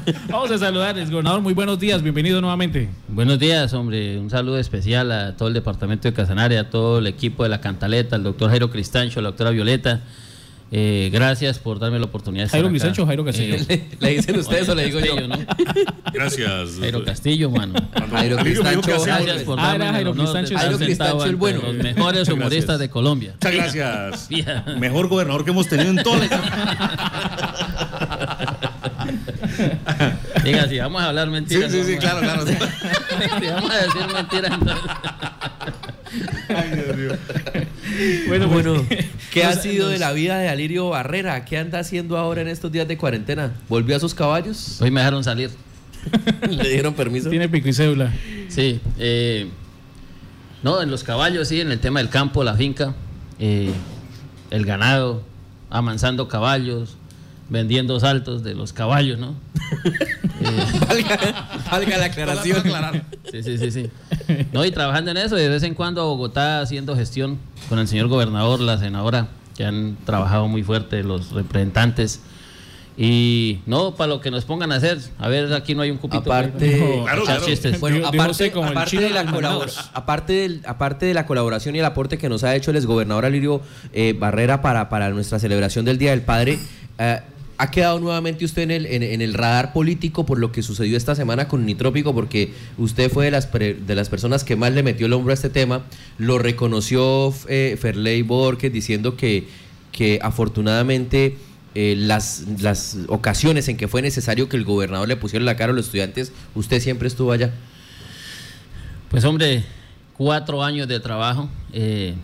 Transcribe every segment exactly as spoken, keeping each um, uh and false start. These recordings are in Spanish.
Vamos a saludar, gobernador, muy buenos días, bienvenido nuevamente. Buenos días, hombre, un saludo especial a todo el departamento de Casanare, a todo el equipo de La Cantaleta, al doctor Jairo Cristancho, a la doctora Violeta. Eh, gracias por darme la oportunidad de Jairo Cristancho o Jairo Castillo. Eh, ¿Le dicen ustedes o le digo Castillo, yo? ¿no? Gracias. Jairo Castillo, mano. Jairo Cristancho. Gracias por Ah, darme era Jairo el honor de Cristancho. estar Jairo sentado Cristancho, el ante bueno. los mejores humoristas Gracias. de Colombia. Muchas gracias. Bien. Mejor gobernador que hemos tenido en todo el... Diga, si vamos a hablar Sí, mentiras. sí, sí, vamos claro, claro. Sí. a- Si vamos a decir mentiras, entonces. Ay, Dios mío. Bueno, pues, Bueno, ¿qué ha nos- sido nos- de la vida de Alirio Barrera? ¿Qué anda haciendo ahora en estos días de cuarentena? ¿Volvió a sus caballos? Hoy me dejaron salir. ¿Le dieron permiso? Tiene pico y cédula. Sí, eh, no, en los caballos, sí, en el tema del campo, la finca, eh, el ganado, amansando caballos, vendiendo saltos de los caballos, ¿no? Eh, valga, valga la aclaración. sí, sí, sí, sí. No, y trabajando en eso, de vez en cuando a Bogotá haciendo gestión con el señor gobernador, la senadora, que han trabajado muy fuerte los representantes. Y no, para lo que nos pongan a hacer, a ver, aquí no hay un cupito. Aparte, para Claro, echar claro. chistes. bueno, Digo- digo aparte, usted como el aparte chino de de la los colabor- mandados. aparte, del- aparte de la colaboración y el aporte que nos ha hecho el exgobernador Alirio eh, Barrera para, para nuestra celebración del Día del Padre, eh, ha quedado nuevamente usted en el, en, en el radar político por lo que sucedió esta semana con Unitrópico, porque usted fue de las, pre- de las personas que más le metió el hombro a este tema. Lo reconoció eh, Ferley Borges diciendo que, que afortunadamente eh, las, las ocasiones en que fue necesario que el gobernador le pusiera la cara a los estudiantes, usted siempre estuvo allá. Pues hombre, cuatro años de trabajo, eh,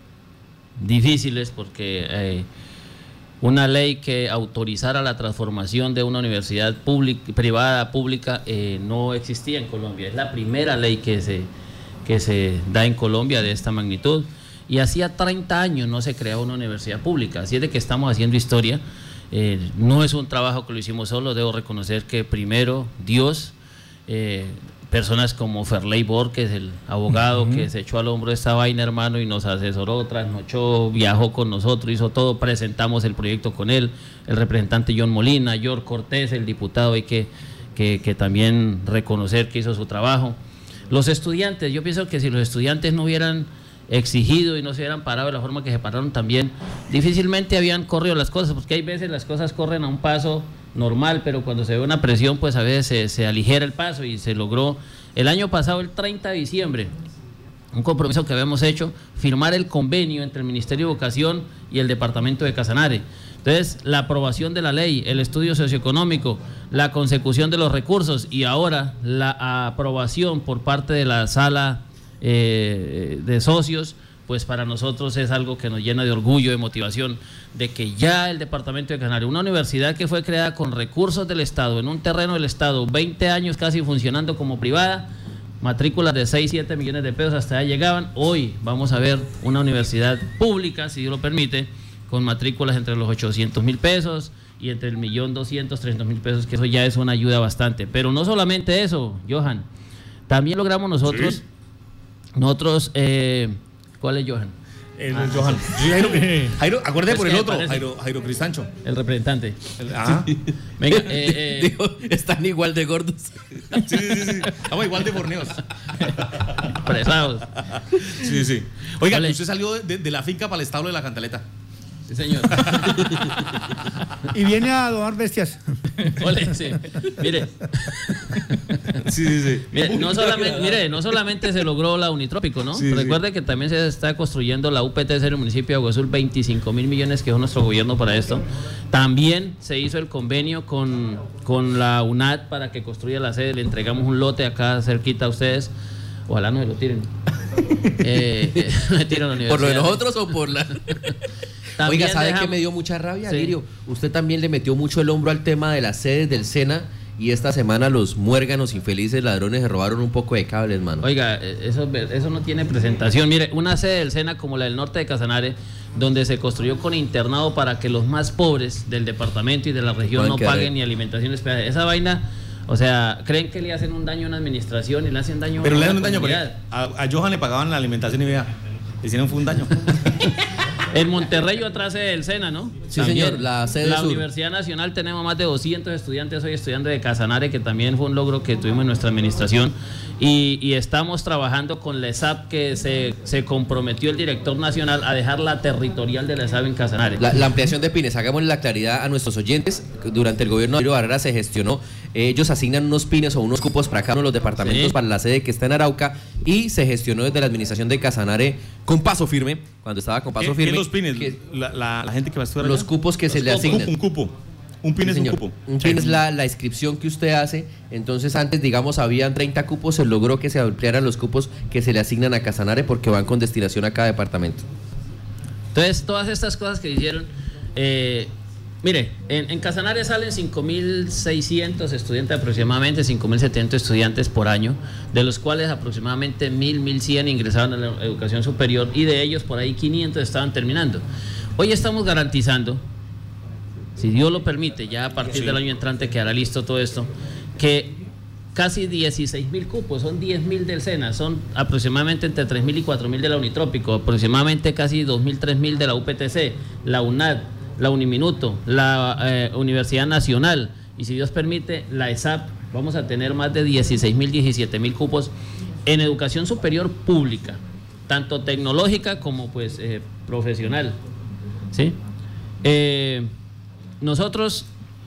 difíciles porque eh, una ley que autorizara la transformación de una universidad pública, privada a pública eh, no existía en Colombia. Es la primera ley que se, que se da en Colombia de esta magnitud. Y hacía treinta años no se creaba una universidad pública, así es de que estamos haciendo historia. Eh, no es un trabajo que lo hicimos solo, debo reconocer que primero Dios, eh, personas como Ferley Borges, el abogado uh-huh. que se echó al hombro esta vaina, hermano, y nos asesoró, trasnochó, viajó con nosotros, hizo todo, presentamos el proyecto con él, el representante John Molina, George Cortés, el diputado, hay que, que, que también reconocer que hizo su trabajo. Los estudiantes, yo pienso que si los estudiantes no hubieran exigido y no se hubieran parado de la forma que se pararon también, difícilmente habían corrido las cosas, porque hay veces las cosas corren a un paso normal, pero cuando se ve una presión, pues a veces se, se aligera el paso, y se logró el año pasado, el treinta de diciembre, un compromiso que habíamos hecho, firmar el convenio entre el Ministerio de Educación y el Departamento de Casanare. Entonces, la aprobación de la ley, el estudio socioeconómico, la consecución de los recursos y ahora la aprobación por parte de la sala eh, de socios, pues para nosotros es algo que nos llena de orgullo, de motivación, de que ya el Departamento de Casanare, una universidad que fue creada con recursos del Estado, en un terreno del Estado, veinte años casi funcionando como privada, matrículas de seis, siete millones de pesos hasta allá llegaban. Hoy vamos a ver una universidad pública, si Dios lo permite, con matrículas entre los ochocientos mil pesos y entre el millón doscientos, trescientos mil pesos, que eso ya es una ayuda bastante. Pero no solamente eso, Johan, también logramos nosotros, sí. nosotros, eh, ¿cuál es Johan? El ah, Johan. Sí, Jairo, Jairo, acuérdate Pues por el que otro, parece. Jairo, Jairo Cristancho. El representante. El- ah. Venga, eh, eh, Digo, están igual de gordos. Sí, sí, sí, sí. Estamos igual de forneos. presados. Sí, sí. Oiga, Vale. usted salió de, de la finca para el establo de la Cantaleta. Sí, señor. Y viene a domar bestias. Ole, sí. Mire, Sí, sí, sí. mire, no solamente, mire, no solamente se logró la Unitrópico, ¿no? Sí, sí. Recuerde que también se está construyendo la U P T C en el municipio de Agua Azul, veinticinco mil millones que es nuestro gobierno para esto. También se hizo el convenio con, con la U N A D para que construya la sede. Le entregamos un lote acá cerquita a ustedes. Ojalá no se lo tiren. Eh, me tiran a la ¿Por lo de universidad. nosotros o por la...? También Oiga, ¿sabe dejamos- qué me dio mucha rabia, Sí. Alirio? Usted también le metió mucho el hombro al tema de las sedes del SENA, y esta semana los muérganos infelices ladrones se robaron un poco de cables, mano. Oiga, eso, eso no tiene presentación. Mire, una sede del SENA como la del norte de Casanare, donde se construyó con internado para que los más pobres del departamento y de la región Pueden no quedar paguen ahí. ni alimentación especial. Esa vaina, o sea, creen que le hacen un daño a una administración y le hacen daño Pero a le una dan un daño, porque comunidad. a, a Johan le pagaban la alimentación y vea, le hicieron fue un daño. En Monterrey otra sede del SENA, ¿no? Sí, También. señor, la sede La sur. Universidad Nacional tenemos más de doscientos estudiantes hoy estudiando de Casanare, que también fue un logro que tuvimos en nuestra administración. Y, y estamos trabajando con la E S A P, que se, se comprometió el director nacional a dejar la territorial de la E S A P en Casanare. La, la ampliación de pines, hagámosle la claridad a nuestros oyentes. Durante el gobierno de Mario Barrera se gestionó, eh, ellos asignan unos pines o unos cupos para cada uno de los departamentos, Sí. para la sede que está en Arauca, y se gestionó desde la administración de Casanare con paso firme, cuando estaba con paso ¿Qué, firme. qué los pines? que La, la, la gente que va a estudiar los allá. cupos que Los se le cupos. asignan. Un cupo. Un pin Sí, es un señor. cupo. Un pin es la, la inscripción que usted hace. Entonces antes, digamos, habían treinta cupos, se logró que se ampliaran los cupos que se le asignan a Casanare porque van con destinación a cada departamento. Entonces, todas estas cosas que hicieron, eh, mire, en, en Casanare salen cinco mil seiscientos estudiantes aproximadamente, cinco mil setecientos estudiantes por año, de los cuales aproximadamente mil, mil cien ingresaban a la educación superior y de ellos por ahí quinientos estaban terminando. Hoy estamos garantizando, si Dios lo permite, ya a partir Sí. del año entrante quedará listo todo esto, que casi dieciséis mil cupos, son diez mil del SENA, son aproximadamente entre tres mil y cuatro mil de la Unitrópico, aproximadamente casi dos mil, tres mil de la U P T C, la UNAD, la Uniminuto, la eh, Universidad Nacional, y si Dios permite, la E S A P. Vamos a tener más de dieciséis mil, diecisiete mil cupos en educación superior pública, tanto tecnológica como pues eh, profesional, ¿sí? Eh, nosotros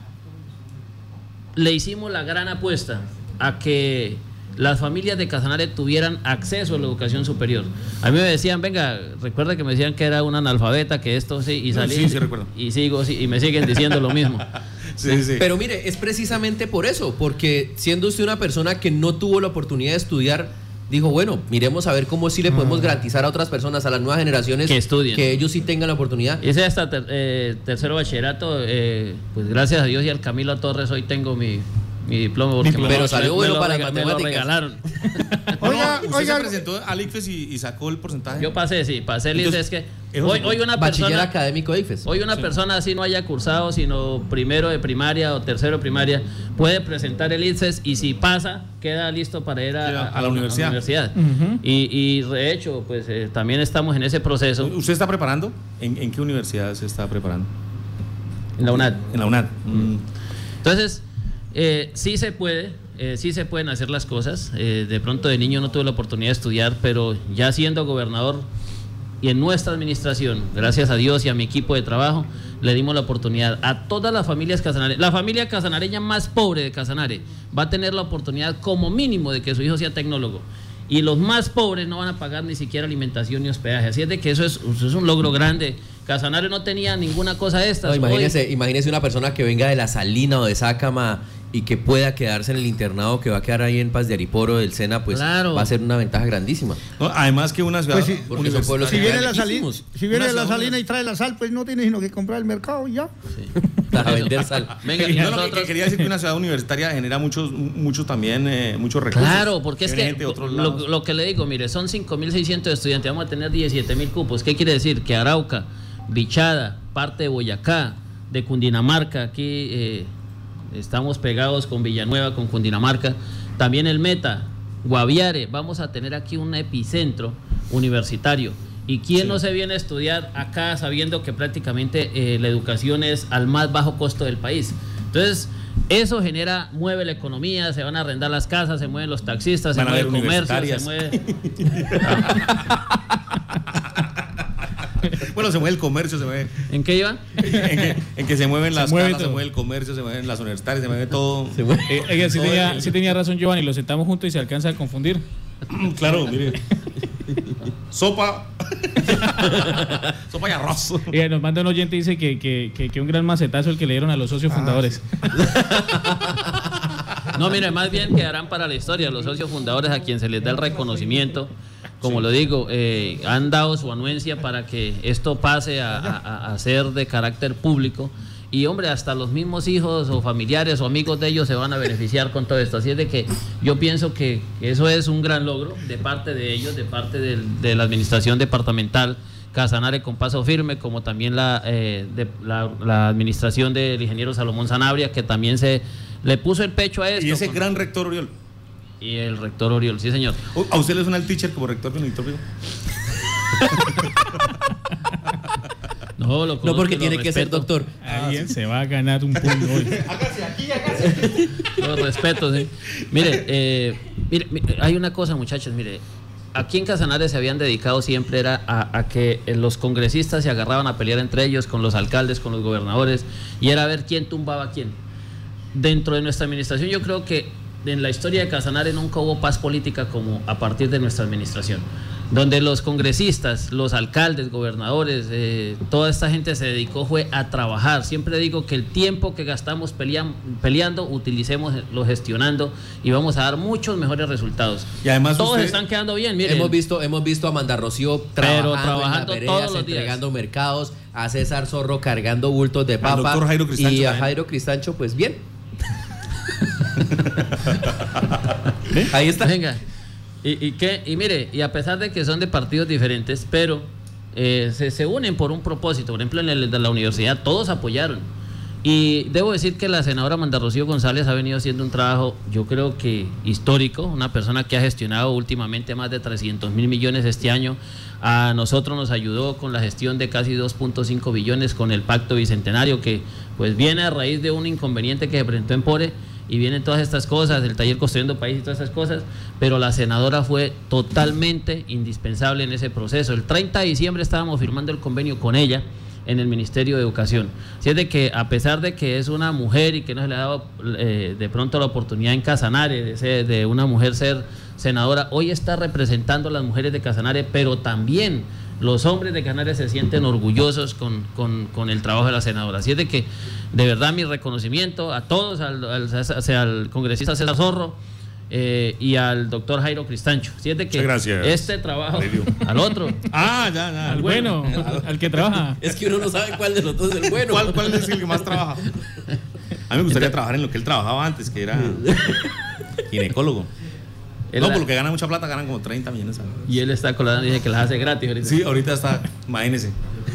le hicimos la gran apuesta a que las familias de Casanare tuvieran acceso a la educación superior. A mí me decían, venga, recuerda que me decían que era una analfabeta, que esto sí, y No, salí, sí, sí recuerdo. y sigo, sí, y me siguen diciendo lo mismo. Sí, sí. Pero mire, es precisamente por eso, porque siendo usted una persona que no tuvo la oportunidad de estudiar, dijo, bueno, miremos a ver cómo sí le podemos garantizar a otras personas, a las nuevas generaciones, Que estudien. que ellos sí tengan la oportunidad. Hice hasta ter- eh, tercero bachillerato, eh, pues gracias a Dios y al Camilo Torres hoy tengo mi, mi diploma. Porque Diploma. me lo- Pero salió me bueno lo para rega- matemáticas. Me lo regalaron. Oiga, No, usted oiga, se presentó al I C F E S y, y sacó el porcentaje. Yo pasé, sí, pasé el I C E S. Es Entonces, que eso hoy, sí. hoy una Bachiller persona... académico de I F E S. Hoy una persona así no haya cursado, sino primero de primaria o tercero de primaria, puede presentar el I C E S y si pasa, queda listo para ir a, Sí, a- a- a la a universidad. Ujú. y, y de hecho, pues eh, también estamos en ese proceso ¿Usted está preparando? ¿En, en qué universidad se está preparando? en la UNAD. En la UNAD. Mm. Entonces, eh, sí se puede, eh, sí se pueden hacer las cosas. Eh, de pronto de niño no tuve la oportunidad de estudiar, pero ya siendo gobernador y en nuestra administración, gracias a Dios y a mi equipo de trabajo, le dimos la oportunidad a todas las familias casanareñas. La familia casanareña más pobre de Casanare va a tener la oportunidad como mínimo de que su hijo sea tecnólogo. Y los más pobres no van a pagar ni siquiera alimentación ni hospedaje. Así es de que eso es, eso es un logro grande. Casanare no tenía ninguna cosa de estas. No, Hoy- imagínese, imagínese una persona que venga de La Salina o de Sácama y que pueda quedarse en el internado que va a quedar ahí en Paz de Ariporo del Sena, pues Claro. va a ser una ventaja grandísima. No, además que una ciudad Pues sí, porque son pueblos si viene la lejísimos. salina, si viene Una la ciudad- salina y trae la sal, pues no tiene sino que comprar el mercado y ya. Para vender sal. Venga, No, no, que- nosotros- que quería decir que una ciudad universitaria genera muchos, muchos también, eh, muchos recursos. Claro, porque es Viene que gente de otros lo, lados. lo que le digo, mire, son cinco mil seiscientos estudiantes, vamos a tener diecisiete mil cupos. ¿Qué quiere decir? Que Arauca, Bichada, parte de Boyacá, de Cundinamarca, aquí eh, estamos pegados con Villanueva, con Cundinamarca, también el Meta, Guaviare, vamos a tener aquí un epicentro universitario. ¿Y quién no se viene a estudiar acá sabiendo que prácticamente eh, la educación es al más bajo costo del país? Entonces, eso genera, mueve la economía, se van a arrendar las casas, se mueven los taxistas, Van se a mueve el haber comercio, se universitarias. mueve... Bueno, se mueve el comercio, se mueve. ¿En qué iba? En que, en que se mueven Se las mueve casas, se todo. mueve el comercio, se mueven las universitarias, se mueve todo. Se mueve. Eh, oiga, sí Todo tenía, el- sí tenía razón Giovanni, lo sentamos juntos y se alcanza a confundir. Claro, mire. Sopa. Sopa y arroz. Eh, nos manda un oyente y dice que, que, que, que un gran macetazo el que le dieron a los socios fundadores. No, mire, más bien quedarán para la historia los socios fundadores a quien se les da el reconocimiento. Como lo digo, eh, han dado su anuencia para que esto pase a, a- a ser de carácter público. Y hombre, hasta los mismos hijos o familiares o amigos de ellos se van a beneficiar con todo esto. Así es de que yo pienso que eso es un gran logro de parte de ellos, de parte del- de la administración departamental Casanare con paso firme, como también la, eh, de, la, la administración del ingeniero Salomón Sanabria, que también se le puso el pecho a esto. Y ese con- gran rector Oriol. y el rector Oriol, sí señor. ¿A usted le suena el teacher como rector de Unitrópico? No, lo No, porque conozco y lo tiene que ser respeto. doctor. Alguien se va a ganar un punto hoy. Lo respeto, sí. Mire, eh, mire, mire, hay una cosa, muchachos, mire. Aquí en Casanare se habían dedicado siempre era a, a que los congresistas se agarraban a pelear entre ellos, con los alcaldes, con los gobernadores, y era ver quién tumbaba a quién. Dentro de nuestra administración yo creo que en la historia de Casanare nunca hubo paz política como a partir de nuestra administración, donde los congresistas, los alcaldes, gobernadores, eh, toda esta gente se dedicó fue a trabajar. Siempre digo que el tiempo que gastamos pelean, peleando, utilicémoslo gestionando y vamos a dar muchos mejores resultados. Y además todos usted- están quedando bien, miren. Hemos visto, hemos visto a Amanda Rocío Pero trabajando, trabajando en las veredas, todos los días. entregando mercados, a César Zorro cargando bultos de papa, doctor Jairo Cristancho y a también. Jairo Cristancho, pues bien. Ahí está. Venga. Y, y, qué, y mire, y a pesar de que son de partidos diferentes, pero eh, se, se unen por un propósito. Por ejemplo, en el de la universidad todos apoyaron. Y debo decir que la senadora Amanda Rocío González ha venido haciendo un trabajo, yo creo que histórico, una persona que ha gestionado últimamente más de trescientos mil millones este año. A nosotros nos ayudó con la gestión de casi dos punto cinco billones con el Pacto Bicentenario, que pues viene a raíz de un inconveniente que se presentó en Pore, y vienen todas estas cosas, el taller Construyendo País y todas estas cosas, pero la senadora fue totalmente indispensable en ese proceso. El treinta de diciembre estábamos firmando el convenio con ella en el Ministerio de Educación. Así es de que a pesar de que es una mujer y que no se le ha dado eh, de pronto la oportunidad en Casanare de, ser, de una mujer ser senadora, hoy está representando a las mujeres de Casanare, pero también los hombres de Casanare se sienten orgullosos con, con, con el trabajo de la senadora. Así es de que de verdad mi reconocimiento a todos, al, al, al, al congresista César Zorro, Eh, y al doctor Jairo Cristancho. Siente que Muchas gracias, este trabajo Lidio. al otro, Ah, ya, ya. Al bueno, al que trabaja. Es que uno no sabe cuál de los dos es el bueno. ¿Cuál, ¿Cuál es el que más trabaja? A mí me gustaría trabajar en lo que él trabajaba antes, que era ginecólogo. él No, la- por lo que gana mucha plata, ganan como treinta millones al año. y él está colaborando y dice que las hace gratis ahorita. Sí, ahorita está, imagínese.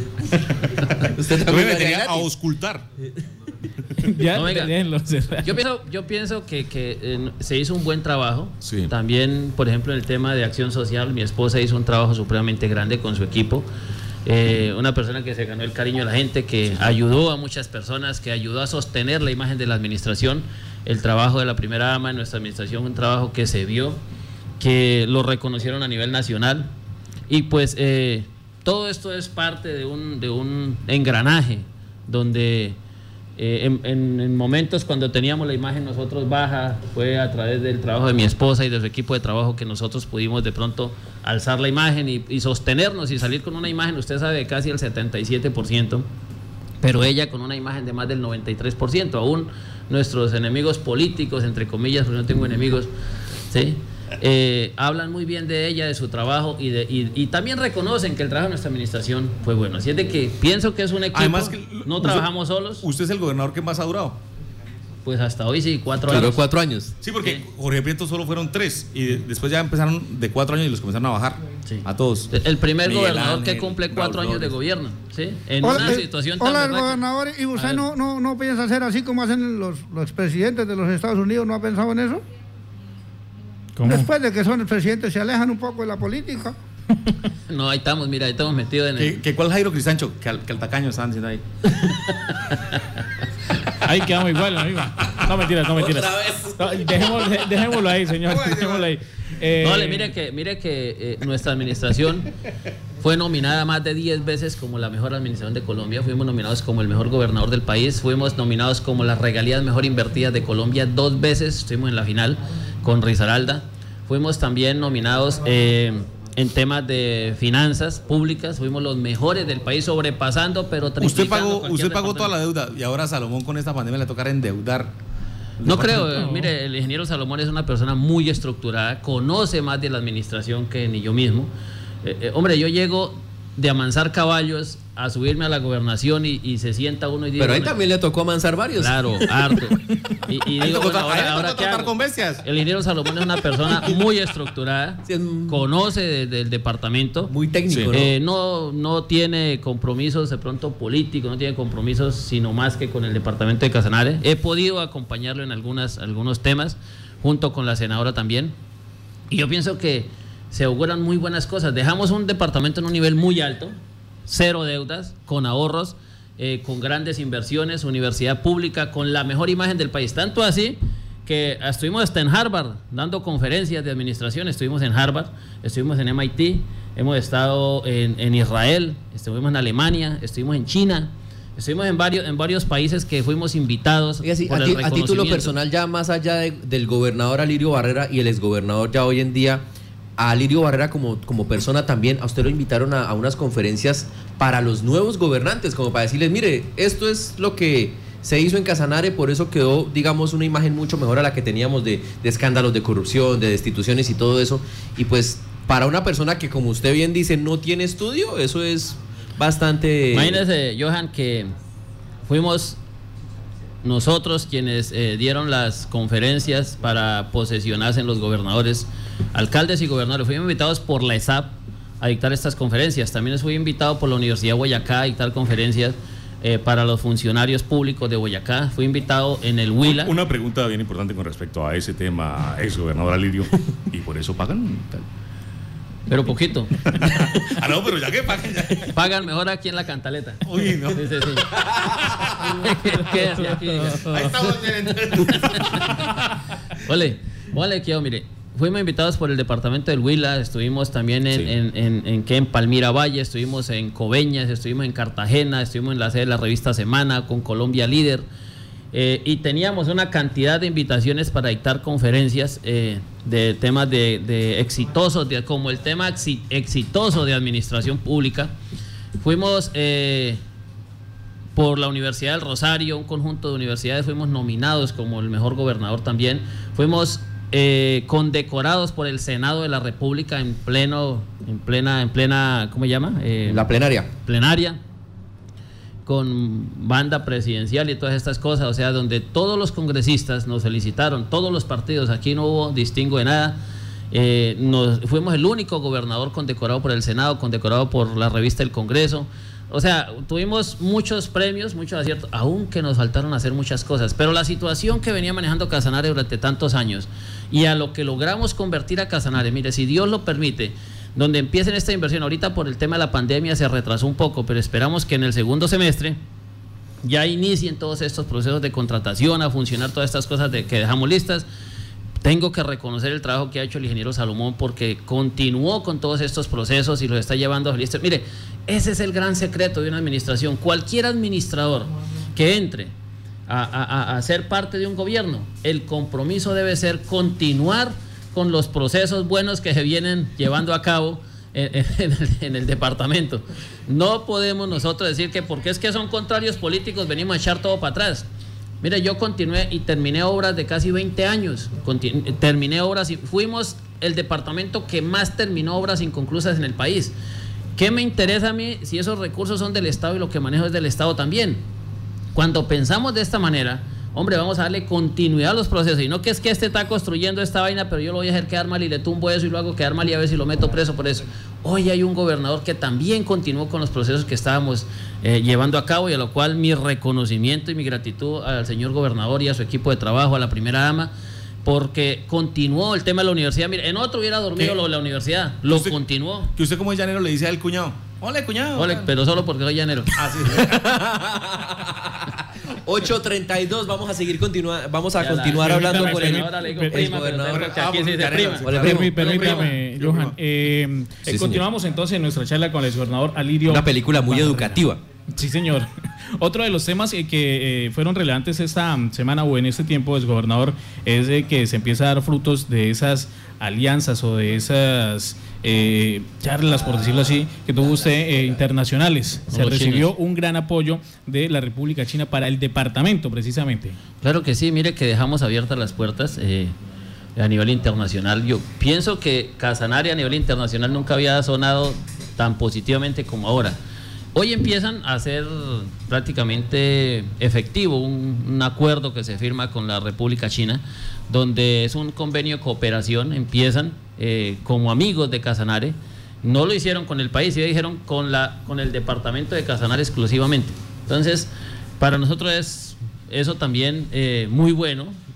Usted Yo también me gana metería a gratis. auscultar. Ya, No, venga. déjenlo cerrar. Yo pienso, yo pienso que, que eh, se hizo un buen trabajo. Sí. También, por ejemplo, en el tema de acción social, mi esposa hizo un trabajo supremamente grande con su equipo. Eh, una persona que se ganó el cariño de la gente, que ayudó a muchas personas, que ayudó a sostener la imagen de la administración. El trabajo de la primera dama en nuestra administración, un trabajo que se vio, que lo reconocieron a nivel nacional. Y pues eh, todo esto es parte de un, de un engranaje donde eh, en, en- en momentos cuando teníamos la imagen nosotros baja, fue a través del trabajo de mi esposa y de su equipo de trabajo que nosotros pudimos de pronto alzar la imagen y, y sostenernos y salir con una imagen, usted sabe, casi el setenta y siete por ciento, pero ella con una imagen de más del noventa y tres por ciento. Aún nuestros enemigos políticos, entre comillas, porque no tengo enemigos, ¿sí? Eh, hablan muy bien de ella, de su trabajo y, de, y, y también reconocen que el trabajo de nuestra administración fue bueno. Así es de que pienso que es un equipo, Además que no usted- trabajamos solos, Usted es el gobernador que más ha durado. pues hasta hoy sí, cuatro Duró años. cuatro años. Sí, porque Sí. Jorge Prieto solo fueron tres y de- después ya empezaron de cuatro años y los comenzaron a bajar Sí. a todos. El primer Miguel gobernador que Ángel, cumple Raúl cuatro años de Flores. gobierno, ¿sí? En Hola, una eh, situación tan hola, berraca. gobernador, ¿y A usted ver. no, no, no piensa hacer así como hacen los, los expresidentes de los Estados Unidos? ¿No ha pensado en eso? ¿Cómo? Después de que son el presidente, se alejan un poco de la política. No, ahí estamos, mira, ahí estamos metidos en el... ¿Qué, qué, ¿Cuál Jairo Cristancho? Que al, que al tacaño estaban diciendo ahí. Ahí quedamos igual, amigo. No mentiras, no mentiras. Otra vez. No, dejémoslo, de- dejémoslo ahí, señor. Dejémoslo ahí. Eh, No, le- mire que, mire que eh, nuestra administración fue nominada más de diez veces como la mejor administración de Colombia, fuimos nominados como el mejor gobernador del país, fuimos nominados como las regalías mejor invertidas de Colombia dos veces, estuvimos en la final con Risaralda, fuimos también nominados eh, en temas de finanzas públicas, fuimos los mejores del país, sobrepasando, pero Usted triplicando pagó, cualquier usted pagó toda la departamento. deuda y ahora a Salomón con esta pandemia le tocará endeudar. No creo, eh, mire, el ingeniero Salomón es una persona muy estructurada, conoce más de la administración que ni yo mismo. Eh, eh, hombre, yo llego de amansar caballos a subirme a la gobernación y, y se sienta uno y dice... Pero ahí bueno, también le tocó amansar varios. Claro, harto. Y, y Ahí digo, tocó bueno, tra- ahí le ahora, tocó ahora ¿qué tratar hago? con bestias. El ingeniero Salomón es una persona muy estructurada, Sí, es conoce de- del departamento. muy técnico, Sí. ¿no? Eh, no, no tiene compromisos de pronto políticos, no tiene compromisos sino más que con el departamento de Casanare. He podido acompañarlo en algunas, algunos temas, junto con la senadora también. Y yo pienso que se auguran muy buenas cosas. Dejamos un departamento en un nivel muy alto, cero deudas, con ahorros, eh, con grandes inversiones, universidad pública, con la mejor imagen del país. Tanto así que estuvimos hasta en Harvard dando conferencias de administración, estuvimos en Harvard, estuvimos en M I T, hemos estado en, en Israel, estuvimos en Alemania, estuvimos en China, estuvimos en varios, en varios países que fuimos invitados. Y así, por a, el ti- a título reconocimiento. personal, ya más allá de- del gobernador Alirio Barrera y el exgobernador ya hoy en día, a Alirio Barrera como, como persona también, a usted lo invitaron a, a unas conferencias para los nuevos gobernantes, como para decirles, mire, esto es lo que se hizo en Casanare, por eso quedó, digamos, una imagen mucho mejor a la que teníamos de, de escándalos de corrupción, de destituciones y todo eso. Y pues, para una persona que, como usted bien dice, no tiene estudio, eso es bastante... Imagínese, Johan, que fuimos nosotros quienes eh, dieron las conferencias para posesionarse en los gobernadores, alcaldes y gobernadores. Fuimos invitados por la E S A P a dictar estas conferencias. También fui invitado por la Universidad de Boyacá a dictar conferencias eh, para los funcionarios públicos de Boyacá. Fui invitado en el Huila. Una pregunta bien importante con respecto a ese tema, ex gobernador Alirio. ¿Y por eso pagan? Pero poquito. Ah, no, pero ya que pagan ya. Pagan mejor aquí en la Cantaleta. Uy, no. Sí, sí, sí. Quédese aquí, diga. Ahí estamos bien, entonces. Ole, ole, que mire, fuimos invitados por el departamento del Huila, estuvimos también en, Sí. en, en, en, ¿qué? en Palmira Valle, estuvimos en Coveñas, estuvimos en Cartagena, estuvimos en la sede de la revista Semana con Colombia Líder, eh, y teníamos una cantidad de invitaciones para dictar conferencias eh, de temas de, de exitosos, de, como el tema exi- exitoso de administración pública. Fuimos eh, por la Universidad del Rosario, un conjunto de universidades, fuimos nominados como el mejor gobernador también, fuimos eh, condecorados por el Senado de la República en pleno, en plena, en plena, ¿cómo se llama? Eh, La plenaria. plenaria, con banda presidencial y todas estas cosas, o sea, donde todos los congresistas nos felicitaron, todos los partidos, aquí no hubo distingo de nada. Eh, nos, fuimos el único gobernador condecorado por el Senado, condecorado por la revista El Congreso. O sea, tuvimos muchos premios, muchos aciertos, aunque nos faltaron hacer muchas cosas. Pero la situación que venía manejando Casanare durante tantos años y a lo que logramos convertir a Casanare, mire, si Dios lo permite, donde empiecen esta inversión, ahorita por el tema de la pandemia se retrasó un poco, pero esperamos que en el segundo semestre ya inicien todos estos procesos de contratación, a funcionar todas estas cosas de que dejamos listas. Tengo que reconocer el trabajo que ha hecho el ingeniero Salomón, porque continuó con todos estos procesos y los está llevando a listas. Mire, ese es el gran secreto de una administración. Cualquier administrador que entre a, a, a ser parte de un gobierno, el compromiso debe ser continuar con los procesos buenos que se vienen llevando a cabo en, en, el, en el departamento. No podemos nosotros decir que porque es que son contrarios políticos venimos a echar todo para atrás. Mire, yo continué y terminé obras de casi veinte años, Continu- terminé obras y fuimos el departamento que más terminó obras inconclusas en el país. ¿Qué me interesa a mí si esos recursos son del Estado y lo que manejo es del Estado también? Cuando pensamos de esta manera, hombre, vamos a darle continuidad a los procesos, y no que es que este está construyendo esta vaina, pero yo lo voy a hacer quedar mal y le tumbo eso y lo hago quedar mal y a ver si lo meto preso por eso. Hoy hay un gobernador que también continuó con los procesos que estábamos eh, llevando a cabo, y a lo cual mi reconocimiento y mi gratitud al señor gobernador y a su equipo de trabajo, a la primera dama, porque continuó el tema de la universidad. Mire, en otro hubiera dormido ¿Qué? lo de la universidad, lo Usted- continuó. Que usted como es llanero le dice al cuñado, hola cuñado. Ole, pero solo porque soy llanero. ocho treinta y dos, vamos a seguir continua vamos a Ya la- continuar hablando permítame, con el, Ahora le digo el prima, pero gobernador. tengo que aquí Ah, sí se porque prima. Hola, Permí- primo. Permítame, Primo. Johan. Eh, Sí, eh, señor. continuamos entonces nuestra charla con el exgobernador Alirio. una película muy Barrera. educativa. Sí, señor. Otro de los temas eh, que eh, fueron relevantes esta mm, semana o en este tiempo, exgobernador, es de que se empieza a dar frutos de esas alianzas o de esas eh, charlas, por decirlo así, que tuvo usted eh, internacionales. Con Se los recibió chinos. un gran apoyo de la República China para el departamento, precisamente. Claro que sí, mire que dejamos abiertas las puertas eh, a nivel internacional. Yo pienso que Casanare a nivel internacional nunca había sonado tan positivamente como ahora. Hoy empiezan a ser prácticamente efectivo un, un acuerdo que se firma con la República China, donde es un convenio de cooperación. Empiezan eh, como amigos de Casanare. No lo hicieron con el país, ya dijeron con, la, con el departamento de Casanare exclusivamente. Entonces, para nosotros es eso también eh, muy bueno,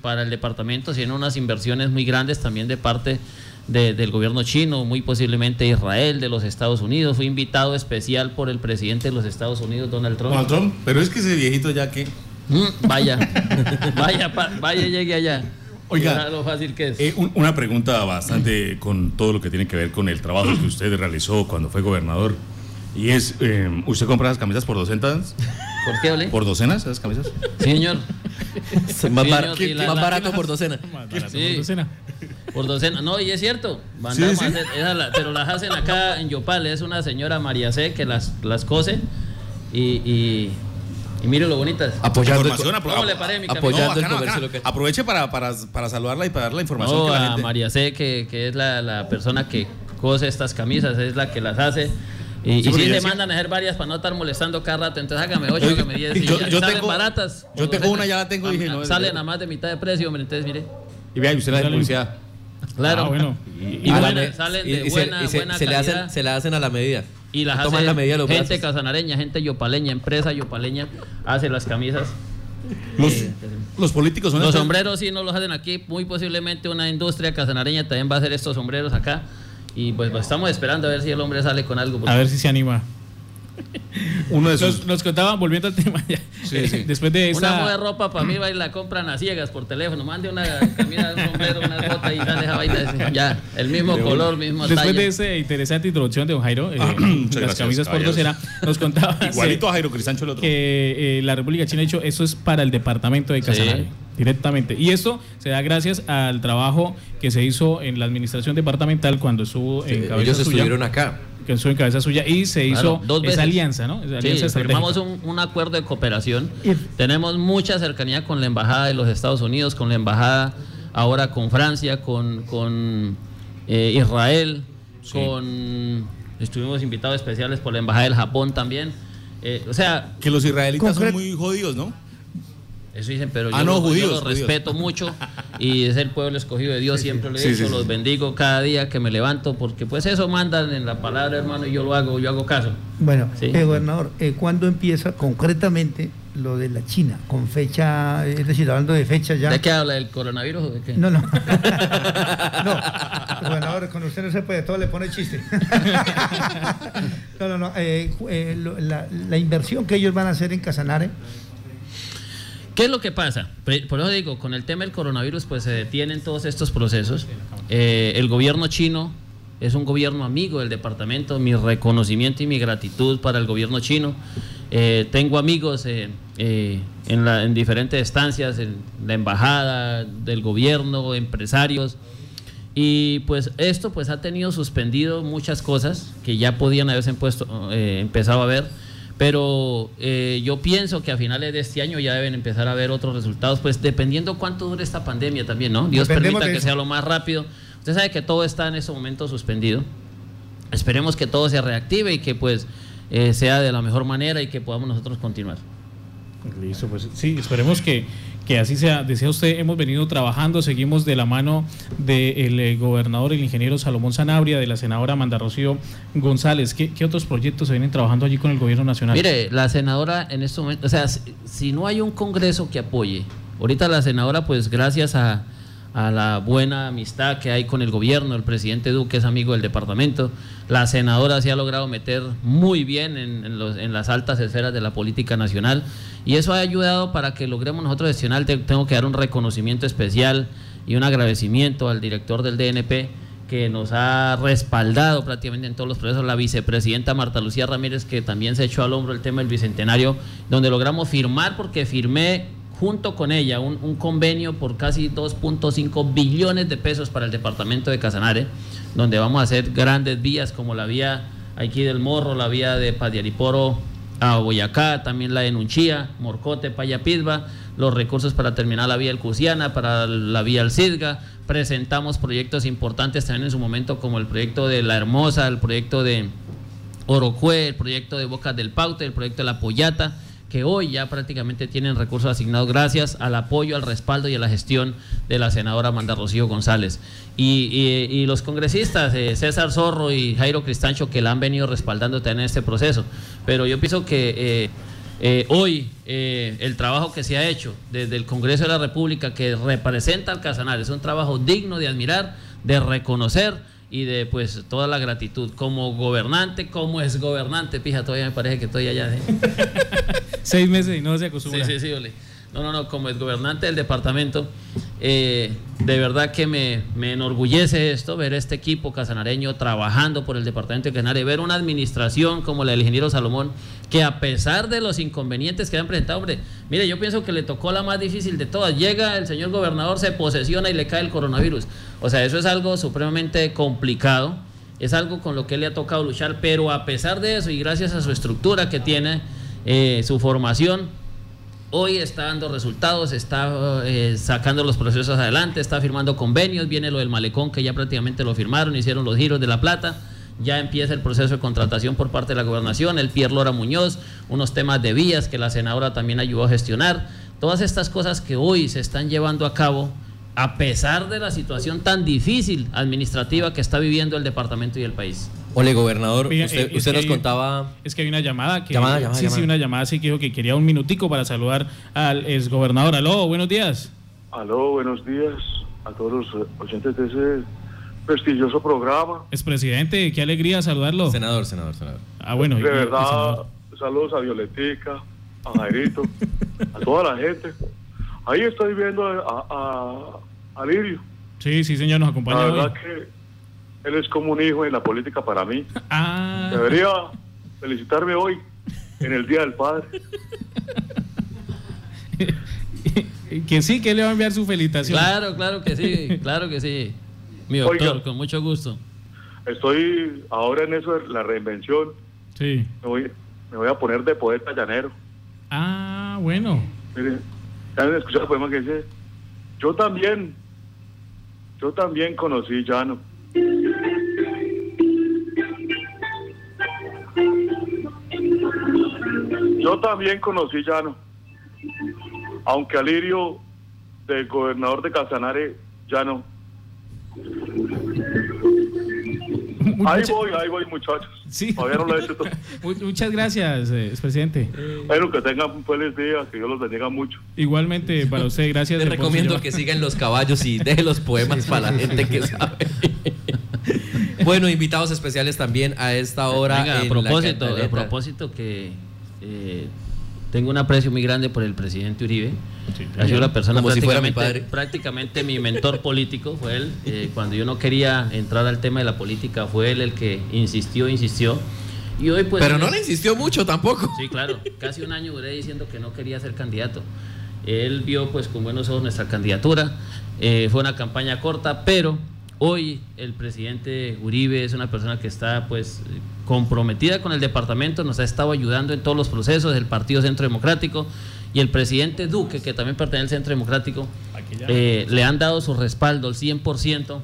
para el departamento, sino unas inversiones muy grandes también de parte de, del gobierno chino, muy posiblemente Israel, de los Estados Unidos. Fui invitado especial por el presidente de los Estados Unidos, Donald Trump. Donald Trump, pero es que ese viejito ya que... Mm, vaya, vaya, pa, vaya, llegue allá. Oiga, lo fácil que es. Eh, un, una pregunta bastante con todo lo que tiene que ver con el trabajo que usted realizó cuando fue gobernador. Y es, eh, ¿usted compra las camisas por docenas? ¿Por qué, Ole? ¿Por docenas esas camisas? Sí, señor. Más, Sí, bar- señor, y la- más la- barato por docena. Más barato Sí. por docena. Por docena. No, y es cierto. Mandamos Sí, sí. a hacer- esa la- pero las hacen acá en Yopal. Es una señora María C. que las, las cose. Y, y, y mire lo bonitas. Apoyando el, Información, co- apro- ¿Cómo le parece mi camisa? apoyando No, el bacano, comercio bacano. local. Aproveche para, para, para saludarla y para dar la información No, que la a gente... María C. que, que es la, la persona que cose estas camisas, es la que las hace. Y, Sí, y porque sí yo le sí- mandan a hacer varias para no estar molestando cada rato. Entonces hágame ocho, hágame diez. Y Yo- ya yo salen tengo- baratas. yo por tengo docena. una, ya la tengo, dije, no, Salen es- a más de mitad de precio, hombre. Entonces, mire. Y vea, y usted la de Salen- publicidad. Claro. Ah, bueno. Y, A la buenas, me- salen y- de y se- buena, y se, buena se le calidad. hacen, se la hacen a la medida. Y las Toman hace la medida de los gente brazos. casanareña, gente yopaleña, empresa yopaleña, hace las camisas. Los, Eh, los políticos son... Los estos- sombreros sí no los hacen aquí, muy posiblemente una industria casanareña también va a hacer estos sombreros acá. Y pues, pues, estamos esperando a ver si el hombre sale con algo. porque- A ver si se anima. Uno de sus... Nos, nos contaban, volviendo al tema ya, Sí, sí. después de Una esa... muda de ropa para mí va y la compran a ciegas por teléfono. Mande una camisa, un sombrero, una bota y dale esa vaina. Ya, el mismo color, mismo Después talla. de esa interesante introducción de don Jairo, eh, muchas las gracias, camisas por caballeros. docena, nos contaba Igualito a Jairo Cristancho el otro. que eh, la República China ha dicho eso es para el departamento de Casanare, Sí. directamente. Y esto se da gracias al trabajo que se hizo en la administración departamental cuando estuvo en cabeza Ellos suya. estuvieron acá. Que estuvo en cabeza suya y se hizo Claro, dos veces. esa alianza, ¿no? Esa Sí, alianza estratégica. firmamos un, un acuerdo de cooperación. Y- Tenemos mucha cercanía con la Embajada de los Estados Unidos, con la Embajada ahora con Francia, con, con eh, Israel, Sí. con... Estuvimos invitados especiales por la Embajada del Japón también. Eh, o sea, Que los israelitas son Concret- muy jodidos, ¿no? eso dicen, pero Ah, yo, no, lo- yo judíos, los judíos. respeto mucho y es el pueblo escogido de Dios, siempre lo he Sí, dicho, sí, sí. los bendigo cada día que me levanto, porque pues eso mandan en la palabra, hermano, y yo lo hago, yo hago caso. Bueno, Sí. eh, gobernador, eh, ¿cuándo empieza concretamente lo de la China? Con fecha, es decir, hablando de fecha ya. ¿De qué habla? ¿Del coronavirus o de qué? No, no. no, gobernador, con usted no se puede, todo le pone chiste. no, no, no. eh, ju- eh, lo- la, la inversión que ellos van a hacer en Casanare, ¿Qué es lo que pasa? Por por eso digo, con el tema del coronavirus, pues se detienen todos estos procesos. Eh, el gobierno chino es un gobierno amigo del departamento. Mi reconocimiento y mi gratitud para el gobierno chino. Eh, tengo amigos eh, eh, en, la- en diferentes estancias, en la embajada, del gobierno, empresarios. Y pues esto pues ha tenido suspendido muchas cosas que ya podían haberse puesto, eh, empezado a ver. Pero eh, yo pienso que a finales de este año ya deben empezar a ver otros resultados, pues dependiendo cuánto dure esta pandemia también, ¿no? Dios Dependemos permita de que eso. sea lo más rápido. Usted sabe que todo está en este momento suspendido. Esperemos que todo se reactive y que pues eh, sea de la mejor manera y que podamos nosotros continuar. Listo, pues sí, esperemos que, que así sea. Decía usted, hemos venido trabajando, seguimos de la mano del eh, gobernador, el ingeniero Salomón Sanabria, de la senadora Amanda Rocío González. ¿Qué, qué otros proyectos se vienen trabajando allí con el gobierno nacional? Mire, la senadora en este momento, o sea, si, si no hay un congreso que apoye, ahorita la senadora, pues gracias a, a la buena amistad que hay con el gobierno, el presidente Duque es amigo del departamento, la senadora se ha logrado meter muy bien en, en, los, en las altas esferas de la política nacional y eso ha ayudado para que logremos nosotros gestionar. Te- tengo que dar un reconocimiento especial y un agradecimiento al director del D N P que nos ha respaldado prácticamente en todos los procesos, la vicepresidenta Marta Lucía Ramírez, que también se echó al hombro el tema del bicentenario, donde logramos firmar, porque firmé junto con ella un, un convenio por casi dos punto cinco billones de pesos para el departamento de Casanare, donde vamos a hacer grandes vías como la vía aquí del Morro, la vía de Padiariporo a Boyacá, también la de Nunchía, Morcote, Payapizba, los recursos para terminar la vía del Cusiana, para la vía del Cisga. Presentamos proyectos importantes también en su momento, como el proyecto de La Hermosa, el proyecto de Orocue, el proyecto de Bocas del Paute, el proyecto de La Pollata, que hoy ya prácticamente tienen recursos asignados gracias al apoyo, al respaldo y a la gestión de la senadora Amanda Rocío González. Y, y, y los congresistas, eh, César Zorro y Jairo Cristancho, que la han venido respaldando también en este proceso. Pero yo pienso que eh, Eh, hoy eh, el trabajo que se ha hecho desde el Congreso de la República, que representa al Casanare, es un trabajo digno de admirar, de reconocer y de pues toda la gratitud como gobernante, como exgobernante. Pija, todavía me parece que estoy allá. ¿eh? Seis meses y no se acostumbra. Sí, sí, sí, ole. No, no, no, como exgobernante del departamento, eh, de verdad que me, me enorgullece esto, ver este equipo casanareño trabajando por el departamento de Casanare, ver una administración como la del ingeniero Salomón, que a pesar de los inconvenientes que han presentado, hombre, mire, yo pienso que le tocó la más difícil de todas. Llega el señor gobernador, se posesiona y le cae el coronavirus. O sea, eso es algo supremamente complicado, es algo con lo que le ha tocado luchar, pero a pesar de eso y gracias a su estructura que tiene, eh, su formación, hoy está dando resultados, está eh, sacando los procesos adelante, está firmando convenios, viene lo del malecón que ya prácticamente lo firmaron, hicieron los giros de la plata, ya empieza el proceso de contratación por parte de la gobernación, el Pierre Lora Muñoz, unos temas de vías que la senadora también ayudó a gestionar, todas estas cosas que hoy se están llevando a cabo a pesar de la situación tan difícil administrativa que está viviendo el departamento y el país. Ole, gobernador, Oiga, usted, eh, usted nos hay, contaba... Es que hay una llamada que... Llamada, llamada, sí, llamada. sí, una llamada, sí que dijo que quería un minutico para saludar al exgobernador. Aló, buenos días. Aló, buenos días a todos los oyentes de ese prestigioso programa. Expresidente, qué alegría saludarlo. Senador, senador, senador. Ah, bueno. De y- y- verdad, senador. saludos a Violetica, a Jairito, a toda la gente. Ahí estoy viendo a, a, a Lirio. Sí, sí, señor, nos acompaña La hoy. verdad que él es como un hijo en la política para mí. Ah, Debería felicitarme hoy, en el Día del Padre. que sí, que le va a enviar su felicitación. Claro, claro que sí, claro que sí. Mi doctor, Oiga. con mucho gusto. Estoy ahora en eso de la reinvención. Sí. Me voy, me voy a poner de poeta llanero. Ah, bueno. Mire, ya han escuchado el poema que dice: yo también, yo también conocí llano. Yo también conocí llano. Aunque Alirio, del gobernador de Casanare, ya no. Ahí Mucha- voy, ahí voy, muchachos. Sí. Todavía no lo he hecho todo. Mu- Muchas gracias, eh, expresidente. Bueno, que tengan un feliz día, que Dios los bendiga mucho. Igualmente para usted, gracias. Le de por su recomiendo llamada. que sigan los caballos y deje los poemas para la gente que sabe. Bueno, invitados especiales también a esta hora. Venga, a en propósito, la a cantaleta. propósito que eh, tengo un aprecio muy grande por el presidente Uribe. Sí, Ha sido la persona Como si fuera mi prácticamente, padre. prácticamente mi mentor político, fue él. Eh, cuando yo no quería entrar al tema de la política, fue él el que insistió, insistió. Y hoy pues... Pero no le insistió mucho tampoco. Sí, claro, casi un año duré diciendo que no quería ser candidato. Él vio pues con buenos ojos nuestra candidatura, eh, fue una campaña corta, pero hoy el presidente Uribe es una persona que está pues comprometida con el departamento, nos ha estado ayudando en todos los procesos del Partido Centro Democrático, y el presidente Duque, que también pertenece al Centro Democrático, eh, le han dado su respaldo al cien por ciento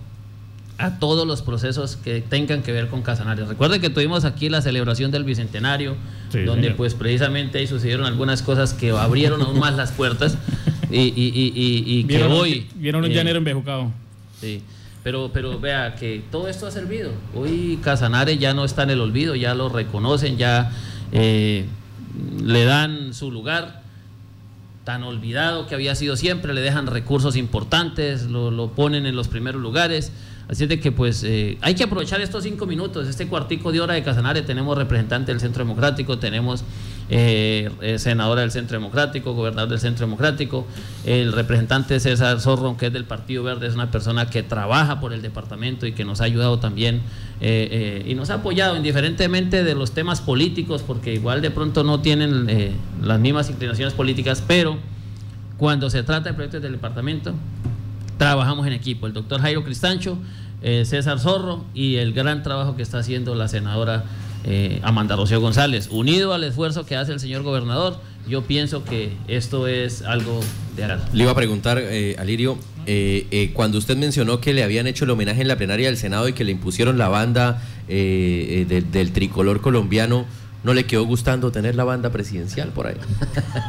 a todos los procesos que tengan que ver con Casanare. Recuerden que tuvimos aquí la celebración del Bicentenario, Sí, donde señor. pues precisamente ahí sucedieron algunas cosas que abrieron aún más las puertas y, y, y, y, y que Vieron, hoy... vieron un eh, llanero embejucado. Sí, pero, pero vea que todo esto ha servido. Hoy Casanare ya no está en el olvido, ya lo reconocen, ya eh, le dan su lugar, tan olvidado que había sido siempre, le dejan recursos importantes, lo, lo ponen en los primeros lugares. Así es de que pues eh, hay que aprovechar estos cinco minutos, este cuartico de hora de Casanare. Tenemos representante del Centro Democrático, tenemos eh, eh, senadora del Centro Democrático, gobernador del Centro Democrático, el representante César Zorro, que es del Partido Verde, es una persona que trabaja por el departamento y que nos ha ayudado también eh, eh, y nos ha apoyado indiferentemente de los temas políticos, porque igual de pronto no tienen eh, las mismas inclinaciones políticas, pero cuando se trata de proyectos del departamento, trabajamos en equipo, el doctor Jairo Cristancho, eh, César Zorro y el gran trabajo que está haciendo la senadora eh, Amanda Rocío González, unido al esfuerzo que hace el señor gobernador. Yo pienso que esto es algo de hará. Le iba a preguntar, eh, Alirio, eh, eh, cuando usted mencionó que le habían hecho el homenaje en la plenaria del Senado y que le impusieron la banda eh, eh, de- del tricolor colombiano, ¿no le quedó gustando tener la banda presidencial por ahí?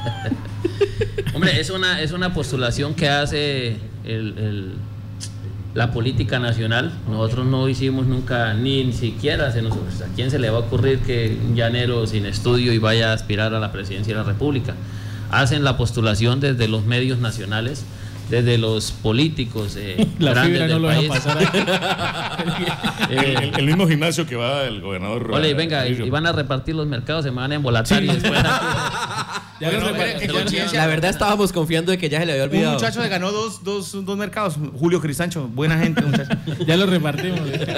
Hombre, es una, es una postulación que hace el, el, la política nacional. Nosotros no hicimos nunca, ni siquiera se nos, ¿a quién se le va a ocurrir que un llanero sin estudio y vaya a aspirar a la presidencia de la República? Hacen la postulación desde los medios nacionales, desde los políticos eh, la grandes fibra del no lo país. deja pasar. Eh, el, el mismo gimnasio que va el gobernador. Ole, venga, y, y van a repartir los mercados, se me van a embolatar Sí. y después Ya Bueno, lo mire, repar- qué se lo- conciencia. La verdad estábamos confiando de que ya se le había Un olvidado. muchacho se ganó dos, dos, dos mercados. Julio Cristancho, buena gente, muchacho. ya lo repartimos.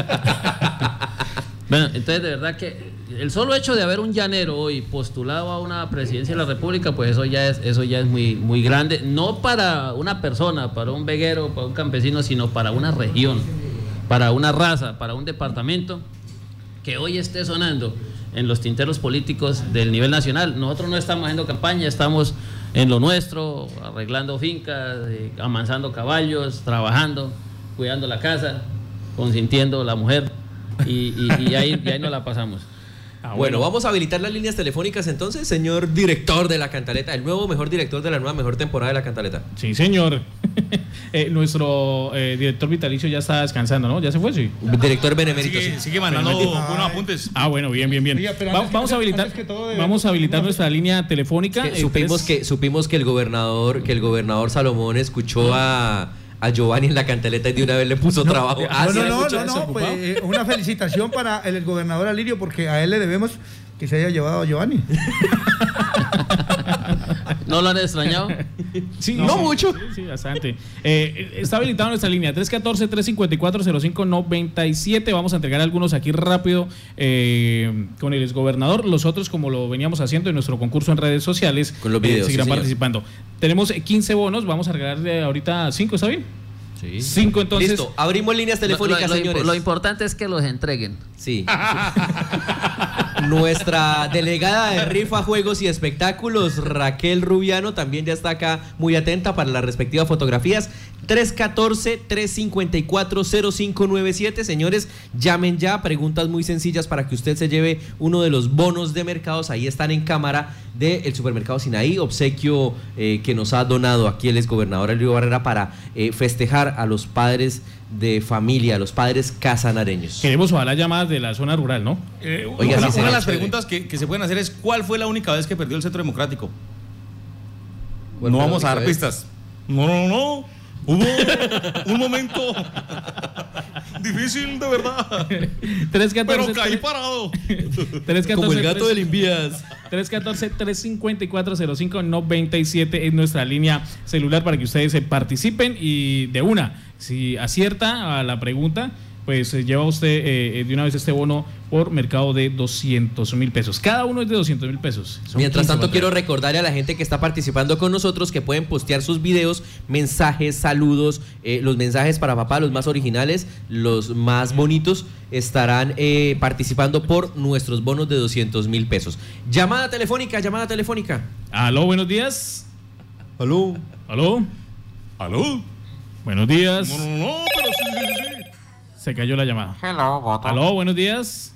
Bueno, entonces de verdad que el solo hecho de haber un llanero hoy postulado a una presidencia de la República, pues eso ya es, eso ya es muy, muy grande, no para una persona, para un veguero, para un campesino, sino para una región, para una raza, para un departamento que hoy esté sonando en los tinteros políticos del nivel nacional. Nosotros no estamos haciendo campaña, estamos en lo nuestro, arreglando fincas, eh, amansando caballos, trabajando, cuidando la casa, consintiendo a la mujer y, y, y ahí, y ahí nos la pasamos. Ah, Bueno, vamos a habilitar las líneas telefónicas entonces, señor director de La Cantaleta, el nuevo mejor director de la nueva mejor temporada de La Cantaleta. Sí, señor. Eh, nuestro eh, director vitalicio ya está descansando, ¿no? ¿Ya se fue? Sí. Director benemérito. Sigue, sí. sigue mandando Benemérito. buenos apuntes. Ah, bueno, bien, bien, bien. Oiga, pero Va- antes que- vamos a habilitar, antes que todo debemos- vamos a habilitar nuestra línea telefónica. Que eh, supimos tres- que supimos que el gobernador que el gobernador Salomón escuchó a, a Giovanni en La Cantaleta y de una vez le puso trabajo. eh, Ah, No, sí, no, ¿la no, escuchó? no, no, desocupado? pues, eh, una felicitación para el, el gobernador Alirio porque a él le debemos que se haya llevado a Giovanni. ¿No lo han extrañado? Sí, No sí, mucho. Sí, sí, bastante. Eh, está habilitada nuestra línea tres uno cuatro, tres cinco cuatro, cero cinco nueve siete. Vamos a entregar algunos aquí rápido eh, con el exgobernador. Los otros, como lo veníamos haciendo en nuestro concurso en redes sociales, Con los videos, seguirán sí, señor. participando. Tenemos quince bonos, vamos a regalarle ahorita cinco, ¿está bien? Sí. cinco entonces. Listo, abrimos líneas telefónicas, lo, lo, lo, señores. lo importante es que los entreguen. Sí. Nuestra delegada de rifa, juegos y espectáculos, Raquel Rubiano, también ya está acá muy atenta para las respectivas fotografías. tres uno cuatro, tres cinco cuatro, cero cinco nueve siete. Señores, llamen ya. Preguntas muy sencillas para que usted se lleve uno de los bonos de mercados. Ahí están en cámara del supermercado Sinaí, obsequio eh, que nos ha donado aquí el exgobernador Elio Barrera para eh, festejar a los padres de familia, a los padres casanareños. Queremos ojalá llamadas de la zona rural, ¿no? Eh, Oiga, una, sí, una de sería las chévere. preguntas que, que se pueden hacer es: ¿cuál fue la única vez que perdió el Centro Democrático? ¿Cuál No fue la vamos a única dar vez? pistas. No, no, no. Hubo un momento difícil, de verdad. tres uno cuatro, Pero caí parado. tres uno cuatro, Como el gato tres- del Invías. tres uno cuatro, tres cinco cuatro, cero cinco nueve siete es nuestra línea celular para que ustedes eh, participen y de una, si acierta a la pregunta, pues eh, lleva usted eh, de una vez este bono por mercado de doscientos mil pesos. Cada uno es de doscientos mil pesos. Son Mientras quince tanto, botellas. quiero recordarle a la gente que está participando con nosotros que pueden postear sus videos, mensajes, saludos, eh, los mensajes para papá, los más originales, los más bonitos, estarán eh, participando por nuestros bonos de doscientos mil pesos. Llamada telefónica, llamada telefónica. Aló, buenos días. Aló. Aló, ¿Aló? buenos días. No, no, no, pero sí, sí, sí, sí. Se cayó la llamada. Hello, voto. Aló, buenos días.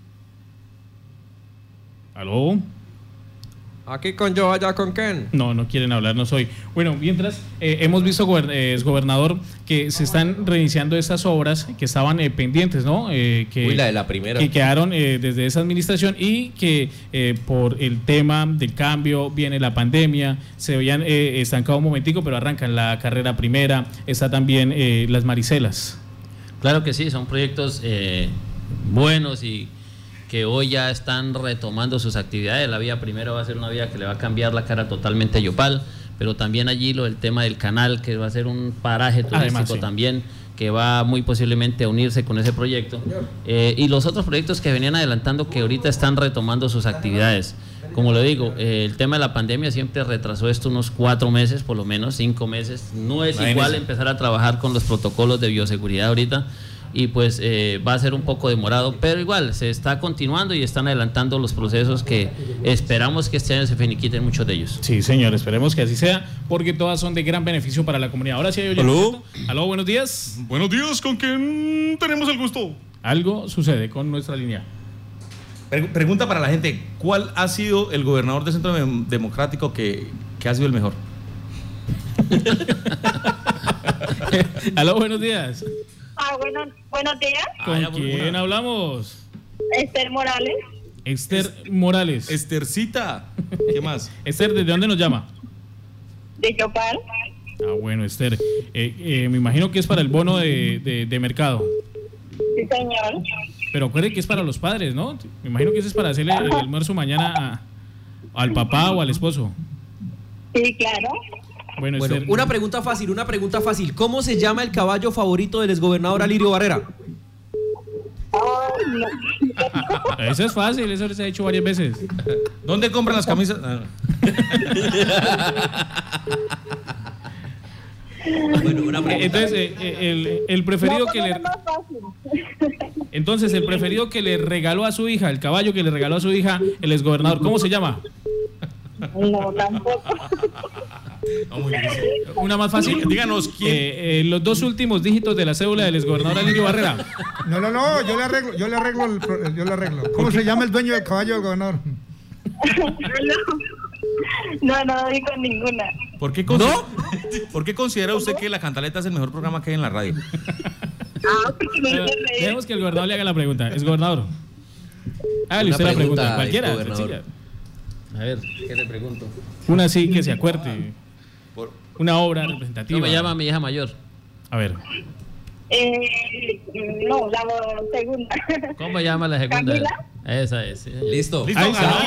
Aló. Aquí con yo, allá con Ken. No, no quieren hablar, no soy. Bueno, mientras eh, hemos visto, gober- eh, gobernador, que se están reiniciando estas obras que estaban eh, pendientes, ¿no? Eh, que, Uy, la de la primera. que quedaron eh, desde esa administración y que eh, por el tema del cambio viene la pandemia, se habían eh, estancado un momentico, pero arrancan la carrera primera, está también eh, las Maricelas. Claro que sí, son proyectos eh, buenos y que hoy ya están retomando sus actividades. La vía primero va a ser una vía que le va a cambiar la cara totalmente a Yopal, pero también allí lo del tema del canal, que va a ser un paraje turístico Además, sí. también, que va muy posiblemente a unirse con ese proyecto. Eh, y los otros proyectos que venían adelantando que ahorita están retomando sus actividades. Como lo digo, eh, el tema de la pandemia siempre retrasó esto unos cuatro meses, por lo menos cinco meses. No es Imagínese. igual empezar a trabajar con los protocolos de bioseguridad ahorita y pues eh, va a ser un poco demorado, pero igual se está continuando y están adelantando los procesos que esperamos que este año se finiquiten muchos de ellos. Sí, señor, esperemos que así sea, porque todas son de gran beneficio para la comunidad. Ahora sí, hay oyentes, ¿Aló? ¿cierto? Aló, buenos días. Buenos días, ¿con quién tenemos el gusto? Algo sucede con nuestra línea. Pre- pregunta para la gente: ¿cuál ha sido el gobernador del Centro Dem- Democrático que, que ha sido el mejor? Aló, buenos días. Ah, bueno, buenos días. ¿Con Ah, quién hablamos? Esther Morales. Esther Morales. Estercita. ¿Qué más? Esther, ¿desde dónde nos llama? De Chopal. Ah, bueno, Esther. Eh, eh, me imagino que es para el bono de, de, de mercado. Sí, señor. Pero acuerde que es para los padres, ¿no? Me imagino que ese es para hacerle el almuerzo mañana a, al papá o al esposo. Sí, claro. Bueno, Bueno, Esther, una pregunta fácil, una pregunta fácil. ¿Cómo se llama el caballo favorito del exgobernador Alirio Barrera? Ay, no. eso es fácil, eso se ha hecho varias veces. ¿Dónde compran las camisas? Ah, Bueno, una pregunta. Entonces, eh, eh, el, el preferido No, que no, le... no, más fácil. Entonces, el preferido que le regaló a su hija, el caballo que le regaló a su hija, el exgobernador, ¿cómo se llama? No, tampoco. no, muy difícil. Una más fácil. Díganos quién. Eh, eh, los dos últimos dígitos de la cédula del exgobernador Alirio Barrera. No, no, no, yo le arreglo, yo le arreglo, el pro- yo le arreglo. ¿Cómo se llama el dueño del caballo del gobernador? No, no doy con ninguna. ¿Por qué, consi- ¿Por qué considera usted que La Cantaleta es el mejor programa que hay en la radio? Ah, porque me Eh, hizo reír. Dejemos que el gobernador le haga la pregunta. Exgobernador. Hágale Una usted la pregunta, pregunta. Cualquiera. exgobernador. sencilla. A ver, ¿qué le pregunto? Una así que se acuerde. Por- Una obra representativa. ¿Cómo me llama mi hija mayor? A ver. Eh, no, la segunda. ¿Cómo se llama la segunda? Camila. Esa es. sí, señor. Listo. Listo, Ahí ganó.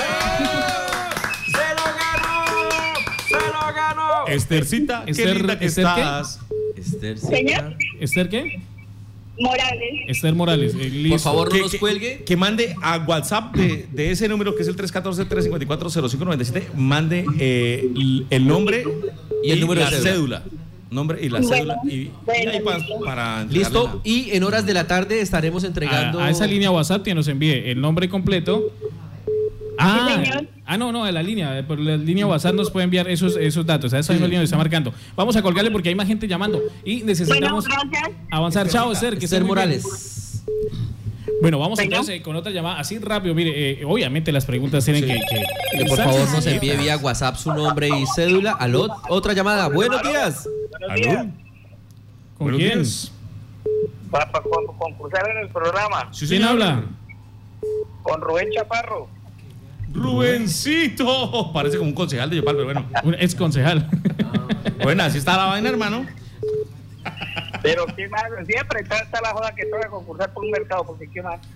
Estercita, qué Esther- linda que Esther, ¿qué? estás. Esther, sí. Señor ¿Esther qué? Morales. Esther Morales. eh, listo. Por favor, no Que- nos que- cuelgue. Que mande a WhatsApp de, de ese número que es el tres uno cuatro, tres cinco cuatro, cero cinco nueve siete. Mande eh, l- el nombre Y el número de la cédula. cédula. Nombre y la Bueno, cédula. Y, y bueno, ahí pa- listo. para entregarle Listo. Y en horas de la tarde estaremos entregando. A, a esa línea WhatsApp que nos envíe el nombre completo. Ah, señor. ah, no, no, a la línea. Por la línea WhatsApp nos puede enviar esos, esos datos. A esa misma línea nos está marcando. Vamos a colgarle porque hay más gente llamando. Y Bueno, necesitamos gracias. avanzar. Chao, Esther. Que esté Esther muy bien. Morales. Bueno, vamos Bueno. entonces con otra llamada. Así rápido, mire, eh, obviamente las preguntas tienen que, que- Que por favor nos envíe vía WhatsApp su nombre y cédula. Aló, otra llamada. Buenos días. ¿Aló? ¿Con Buenos quién? días. Para, para concursar en el programa Sí, ¿Quién señor. habla? con Rubén Chaparro. Rubencito. Parece como un concejal de Yopal, pero bueno. Un ex concejal. Bueno, así está la vaina, hermano. Pero qué más, siempre está, está la joda que tengo que concursar por un mercado, porque qué más.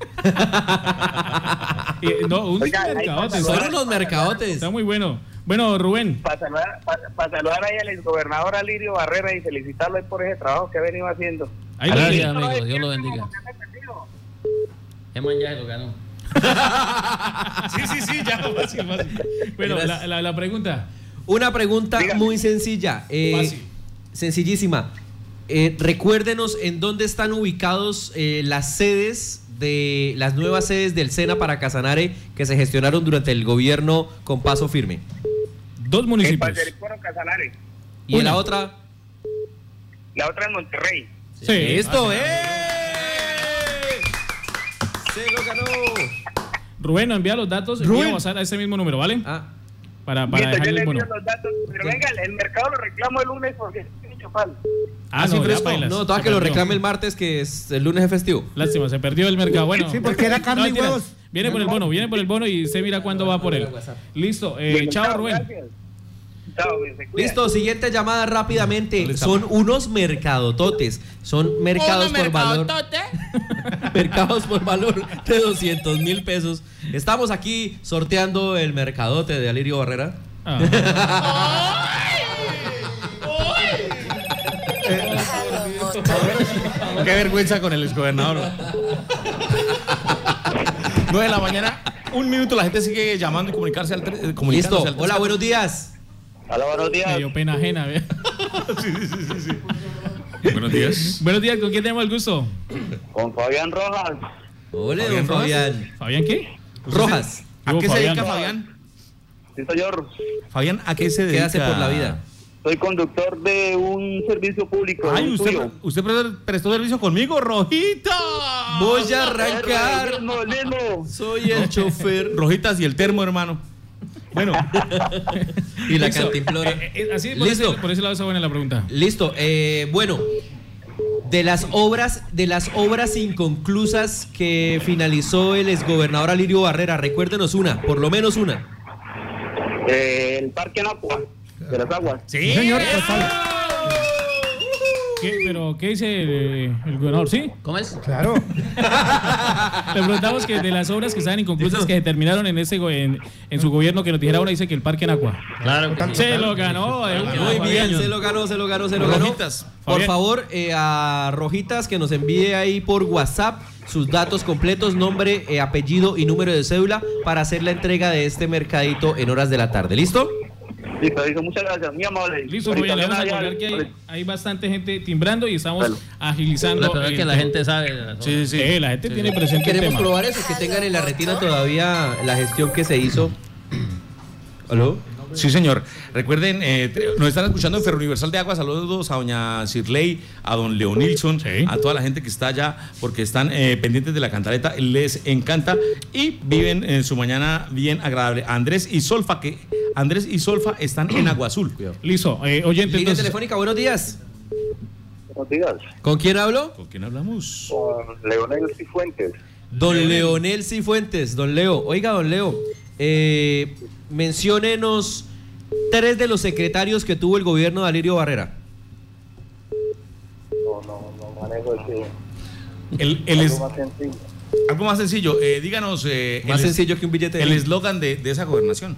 Eh, no, un Oiga, ahí mercadote. pasa, Son Está, unos mercadotes. está muy bueno. Bueno, Rubén. Para saludar, para, para saludar ahí al exgobernador Alirio Barrera y felicitarlo ahí por ese trabajo que ha venido haciendo. Ahí lo Gracias, tiene. amigo. Dios lo bendiga. Es mañana lo ganó. Sí, sí, sí, ya. Fácil, fácil. Bueno, Gracias. la, la, la pregunta. Una pregunta Dígame. muy sencilla. eh, Fácil. Sencillísima. Eh, recuérdenos en dónde están ubicados eh, las sedes de las nuevas sedes del SENA para Casanare que se gestionaron durante el gobierno con Paso Firme. Dos En municipios. Pantericuero, Casanare. Y en la Una. otra. La otra en Monterrey. Sí. ¡Esto, eh! ¡Se lo ganó! Rubén, nos envía los datos. Rubén. Envía WhatsApp a ese mismo número, ¿vale? Ah, Para, para Listo, yo dejarle le el envío bono. los datos. Pero venga, el mercado lo reclamo el lunes porque es en Chopal. Ah, así no, ya fresco. bailas. No, toda Se que lo perdió. reclame el martes, que es el lunes es festivo. Lástima, se perdió el mercado. Bueno, Sí, porque era carne y mentira. huevos. Viene por el bono, viene por el bono y se mira cuándo va por él. Listo, eh, Bueno, chao, Rubén. Gracias. Chao, bien, se cuida. Listo, siguiente llamada rápidamente. Son unos mercadototes. Son mercados por valor. Mercados por valor de doscientos mil pesos. Estamos aquí sorteando el mercadote de Alirio Barrera. Ah. Qué vergüenza con el exgobernador. nueve de la mañana, un minuto, la gente sigue llamando y comunicarse al tre- eh, Listo. comunicándose al Hola, buenos días. Hola, buenos Me días. dio pena ajena. ¿ve? Buenos días. Buenos días, ¿con quién tenemos el gusto? Con Fabián Rojas. Hola, Fabián don Fabián. ¿Fabián qué? Rojas. ¿A Yo, qué se Fabián. dedica Fabián? Sí, señor. Fabián, ¿a qué se ¿Qué dedica? hace por la vida? Soy conductor de un servicio público. Ay, un usted, suyo. usted prestó- prestó servicio conmigo, Rojita. Voy a El arrancar. mismo, el mismo. Soy el chofer. Rojitas y el termo, hermano. Bueno. Y la Listo. cantimplora. Eh, eh, así por Listo. ese, por ese lado está buena la pregunta. Listo. eh, bueno, de las obras, de las obras inconclusas que finalizó el exgobernador Alirio Barrera, recuérdenos una, por lo menos una. Eh, el Parque Nacua, de las aguas. Sí, señor, por favor. ¿Qué, pero, ¿qué dice el, el gobernador? ¿Sí? ¿Cómo es? Claro. Le preguntamos que de las obras que estaban inconclusas que se terminaron en ese go- en, en su gobierno, que nos dijera una, dice que el Parque Nacua. Claro que sí. Se lo ganó. de una, Muy bien, Fabián. se lo ganó, se lo ganó, se lo ganó. Rojitas. Por Fabián. favor, eh, a Rojitas que nos envíe ahí por WhatsApp sus datos completos, nombre, eh, apellido y número de cédula para hacer la entrega de este mercadito en horas de la tarde. ¿Listo? Listo, listo, muchas gracias, muy amable. Listo, Fabián, le vamos a colgar que hay, hay bastante gente timbrando y estamos agilizando. Pero es que el la tema. gente sabe. Sí, sí, sí. Sí, la gente tiene presente el Queremos tema. probar eso, que tengan en la retina todavía la gestión que se hizo. ¿Aló? Sí, señor. Recuerden, eh, te- nos están escuchando en Ferro Universal de Agua. Saludos a doña Cirley, a don Leo Nilsson, Sí. a toda la gente que está allá porque están eh, pendientes de la cantaleta. Les encanta y viven en su mañana bien agradable. Andrés y Solfa, que Andrés y Solfa están en Agua Azul. Listo, eh, oyente, Línea entonces. telefónica, buenos días. Buenos días, ¿Con quién hablo? ¿Con quién hablamos? con Leonel Cifuentes. Don Leonel Cifuentes, don Leo. Oiga, don Leo, eh, menciónenos tres de los secretarios que tuvo el gobierno de Alirio Barrera. No, no, no manejo ese. El, el es- Algo más sencillo. algo más sencillo. Eh, díganos eh, Más el es- sencillo que un billete de el mil. eslogan de, de esa gobernación.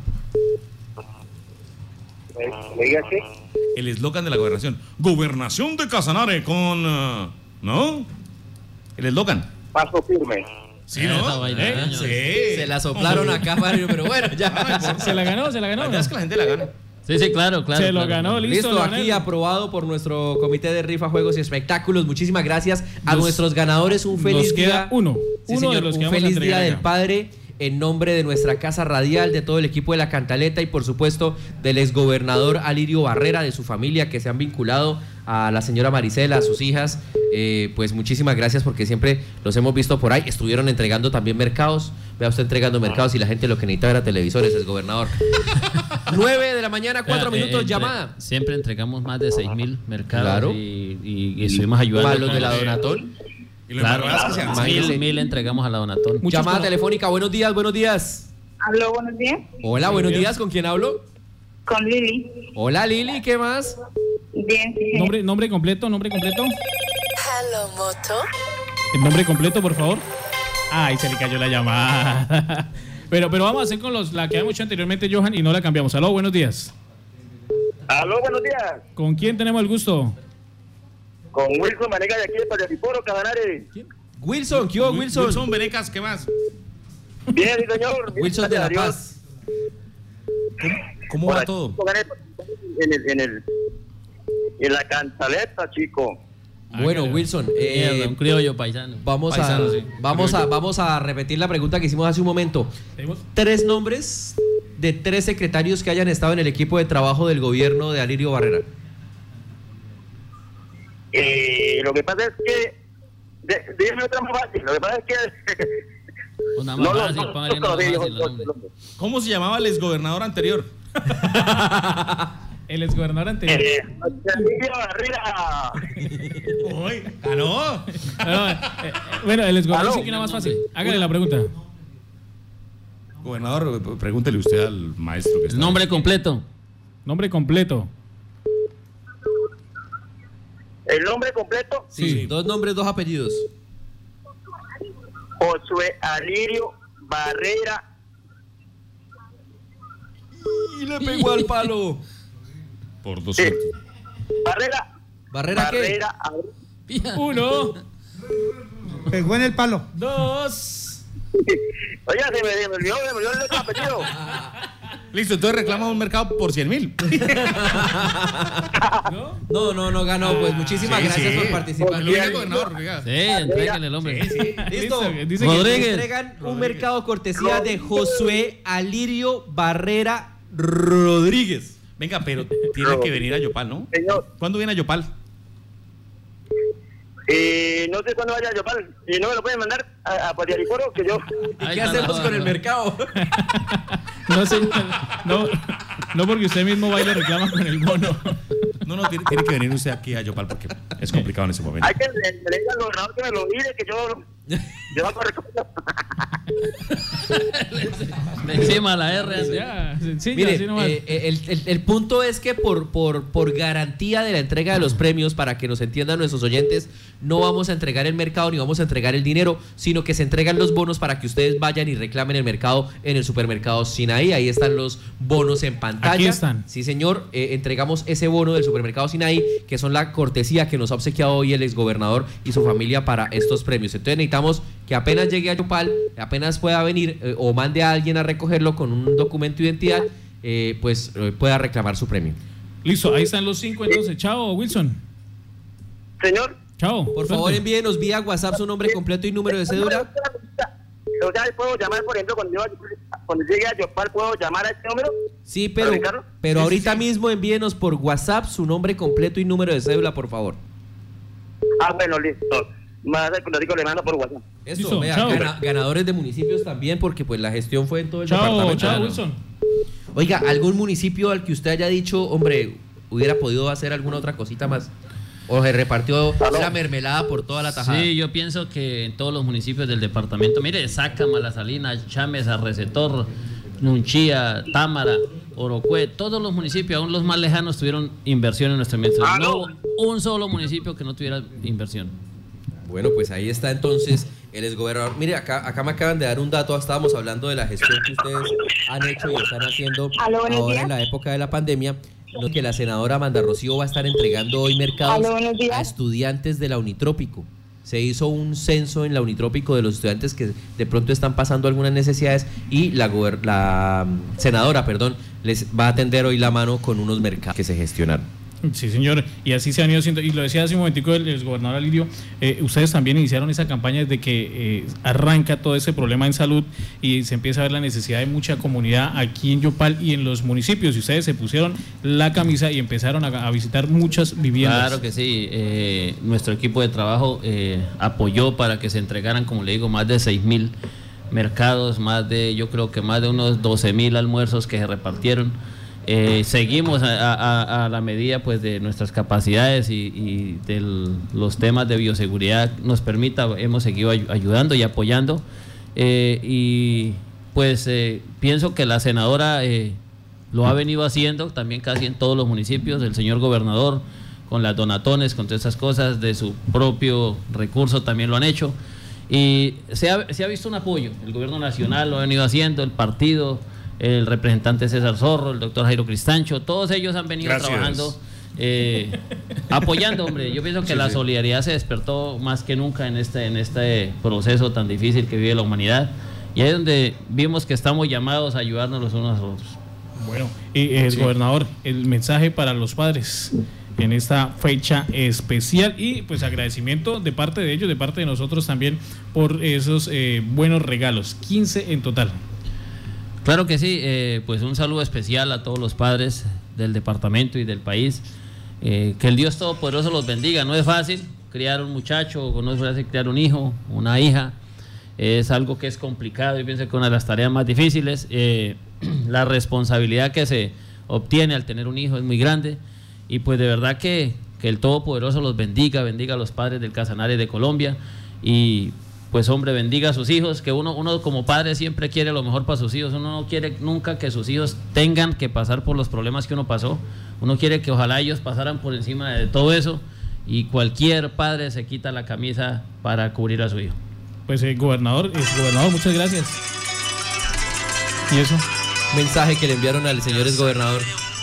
¿Me, me diga qué? El eslogan de la gobernación. Gobernación de Casanare con... ah, ¿no? El eslogan. Paso firme. Sí, Esa ¿no? vaina, ¿Eh? señor. Sí. Se la soplaron acá, Mario, pero bueno, ya. Se la ganó, se la ganó. La idea es que la gente la gane. Sí, sí, claro, claro. Se lo claro, ganó, claro. listo. Listo, Leonel. aquí aprobado por nuestro comité de rifa, juegos y espectáculos. Muchísimas gracias a Nos- nuestros ganadores. Un feliz nos queda día. uno. Sí, Uno señor, de los que un vamos a feliz entregar día acá. del padre en nombre de nuestra casa radial, de todo el equipo de la Cantaleta y por supuesto del exgobernador Alirio Barrera, de su familia que se han vinculado a la señora Marisela, a sus hijas. Eh, pues muchísimas gracias porque siempre los hemos visto por ahí. Estuvieron entregando también mercados. Vea usted entregando mercados y la gente lo que necesitaba era televisores, exgobernador. nueve de la mañana, cuatro Vea, eh, minutos, entre- llamada. Siempre entregamos más de seis mil mercados Claro. y, y- y estuvimos ayudando. Más los con- de la Donatón. Y lo Claro, embarrado es que sean Imagínese. mil, mil entregamos a la Donatón. Muchos Llamada cono- telefónica, buenos días, buenos días. Aló, buenos días. Hola, buenos días. días, ¿con quién hablo? Con Lili. Hola Lili, ¿qué más? Bien, sí. Nombre, nombre completo, nombre completo. Hello, Moto. El nombre completo, por favor. Ay, se le cayó la llamada. Pero, pero vamos a hacer con los, la que habíamos hecho anteriormente, Johan, y no la cambiamos. Aló, buenos días. Aló, buenos días. ¿Con quién tenemos el gusto? Con Wilson Manega de aquí de Payapiporo, Casanare. Wilson, ¿qué hubo, Wilson? Wilson Venecas, ¿qué más? Bien, sí, señor. Bien, Wilson de La gracias a Dios. Paz. ¿Cómo Por va aquí, todo? con el- En el, en el, en la cantaleta, chico. Bueno, Wilson, eh, Mierda, un criollo paisano. vamos, Paisano, a, sí. vamos, a, Criollo. vamos a repetir la pregunta que hicimos hace un momento. Tenemos- Tres nombres de tres secretarios que hayan estado en el equipo de trabajo del gobierno de Alirio Barrera. Eh, lo que pasa es que. de- Dígame otra más fácil. Lo que pasa es que. Una más no, fácil, no, no, póngale no, una más no, fácil, no, los no, nombres. no. ¿Cómo se llamaba el exgobernador anterior? El exgobernador anterior. Eh, Alirio Barrera. Uy, ganó. No, eh, eh, bueno, el exgobernador Aló. sí que era más fácil. Hágale la pregunta. Gobernador, p- pregúntele usted al maestro que está. Nombre completo. Nombre completo. El nombre completo: Sí, Sí. dos nombres, dos apellidos. Josué Alirio Barrera. Y le pegó al palo. Por dos. Sí. Barrera. ¿Barrera qué? Barrera. Uno, Pegó en el palo. dos. Oiga, se me, se me olvidó, se me olvidó el otro apellido. Listo, entonces reclama un mercado por cien mil. ¿No? No, no, no ganó. Pues muchísimas Sí, gracias sí. por participar. Lo diga el gobernador, oiga. Sí, entréguenle el hombre. Listo. Dice- dice que- Rodríguez. Entregan un mercado cortesía de Josué Alirio Barrera Rodríguez. Venga, pero tiene que venir a Yopal, ¿no? Señor, ¿Cuándo viene a Yopal? eh, no sé cuándo vaya a Yopal. Y no me lo pueden mandar a, a Patiaricoro, que yo... ¿Y qué hacemos con el mercado? No, señor. No, no, porque usted mismo va y le reclama con el bono. No, no, tiene, tiene que venir usted aquí a Yopal porque es complicado en ese momento. Hay que le, le diga al gobernador que me lo mire, que yo... Yo no corro. De encima la R. Ya, sí, Mire, así nomás. eh, el, el- el punto es que por, por, por garantía de la entrega de los premios, para que nos entiendan nuestros oyentes, no vamos a entregar el mercado ni vamos a entregar el dinero, sino que se entregan los bonos para que ustedes vayan y reclamen el mercado en el supermercado Sinaí. Ahí están los bonos en pantalla. Aquí están. Sí, señor. Eh, entregamos ese bono del supermercado Sinaí, que son la cortesía que nos ha obsequiado hoy el exgobernador y su familia para estos premios. Entonces necesitamos que apenas llegue a Yopal, apenas pueda venir eh, o mande a alguien a recogerlo con un documento de identidad, eh, pues eh, pueda reclamar su premio. Listo, ahí están los cinco entonces. Chao, Wilson. Señor. Chao. Por suerte. favor, envíenos vía WhatsApp su nombre completo y número de cédula. O sea, puedo llamar, por ejemplo, cuando, yo, cuando llegue a Yopal, ¿puedo llamar a este número? Sí, pero, ¿Para Ricardo? pero Sí, ahorita sí, sí. mismo envíenos por WhatsApp su nombre completo y número de cédula, por favor. Ah, bueno, listo. Más lo digo, le mando por WhatsApp. Eso, Listo, vea, chao. gana- ganadores de municipios también, porque pues la gestión fue en todo el Chao, departamento. chao, Claro. Wilson. Oiga, ¿algún municipio al que usted haya dicho, hombre, hubiera podido hacer alguna otra cosita más? ¿O se repartió la mermelada por toda la tajada? Sí, yo pienso que en todos los municipios del departamento, mire, Sácama, La Salina, Chámez, Arrecetor, Nunchía, Támara, Orocue, todos los municipios, aún los más lejanos, tuvieron inversión en nuestra administración. No hubo un solo municipio que no tuviera inversión. Bueno, pues ahí está entonces el exgobernador. Mire, acá, acá me acaban de dar un dato. Estábamos hablando de la gestión que ustedes han hecho y están haciendo Aló, buenos ahora días. en la época de la pandemia. Lo que la senadora Amanda Rocío va a estar entregando hoy mercados Aló, buenos días. a estudiantes de la Unitrópico. Se hizo un censo en la Unitrópico de los estudiantes que de pronto están pasando algunas necesidades y la, gober- la mm, senadora, perdón, les va a atender hoy la mano con unos mercados que se gestionaron. Sí, señor, y así se han ido haciendo, y lo decía hace un momentico el, el gobernador Alirio, eh, ustedes también iniciaron esa campaña desde que eh, arranca todo ese problema en salud y se empieza a ver la necesidad de mucha comunidad aquí en Yopal y en los municipios, y ustedes se pusieron la camisa y empezaron a, a visitar muchas viviendas. Claro que sí, eh, nuestro equipo de trabajo eh, apoyó para que se entregaran, como le digo, más de seis mil mercados, más de, yo creo que más de unos doce mil almuerzos que se repartieron. Eh, seguimos a, a- a la medida pues de nuestras capacidades y, y de los temas de bioseguridad nos permita, hemos seguido ay- ayudando y apoyando eh, y pues eh, pienso que la senadora eh, lo ha venido haciendo también casi en todos los municipios, el señor gobernador con las donatones, con todas esas cosas de su propio recurso también lo han hecho y se ha, se ha visto un apoyo, el gobierno nacional lo ha venido haciendo, el partido, el representante César Zorro, el doctor Jairo Cristancho, todos ellos han venido Gracias. trabajando, eh, apoyando, hombre. Yo pienso que Sí, la sí. solidaridad se despertó más que nunca en este, en este proceso tan difícil que vive la humanidad. Y ahí es donde vimos que estamos llamados a ayudarnos los unos a los otros. Bueno, y el gobernador, el mensaje para los padres en esta fecha especial y pues agradecimiento de parte de ellos, de parte de nosotros también por esos eh, buenos regalos, quince en total. Claro que sí, eh, pues un saludo especial a todos los padres del departamento y del país. Eh, que el Dios Todopoderoso los bendiga. No es fácil criar un muchacho, no es fácil criar un hijo, una hija. Es algo que es complicado y pienso que una de las tareas más difíciles. Eh, la responsabilidad que se obtiene al tener un hijo es muy grande. Y pues de verdad que, que el Todopoderoso los bendiga, bendiga a los padres del Casanare de Colombia. Y pues hombre, bendiga a sus hijos, que uno, uno como padre siempre quiere lo mejor para sus hijos, uno no quiere nunca que sus hijos tengan que pasar por los problemas que uno pasó, uno quiere que ojalá ellos pasaran por encima de todo eso y cualquier padre se quita la camisa para cubrir a su hijo. Pues eh, gobernador, eh, gobernador, muchas gracias. ¿Y eso? Mensaje que le enviaron al señor exgobernador.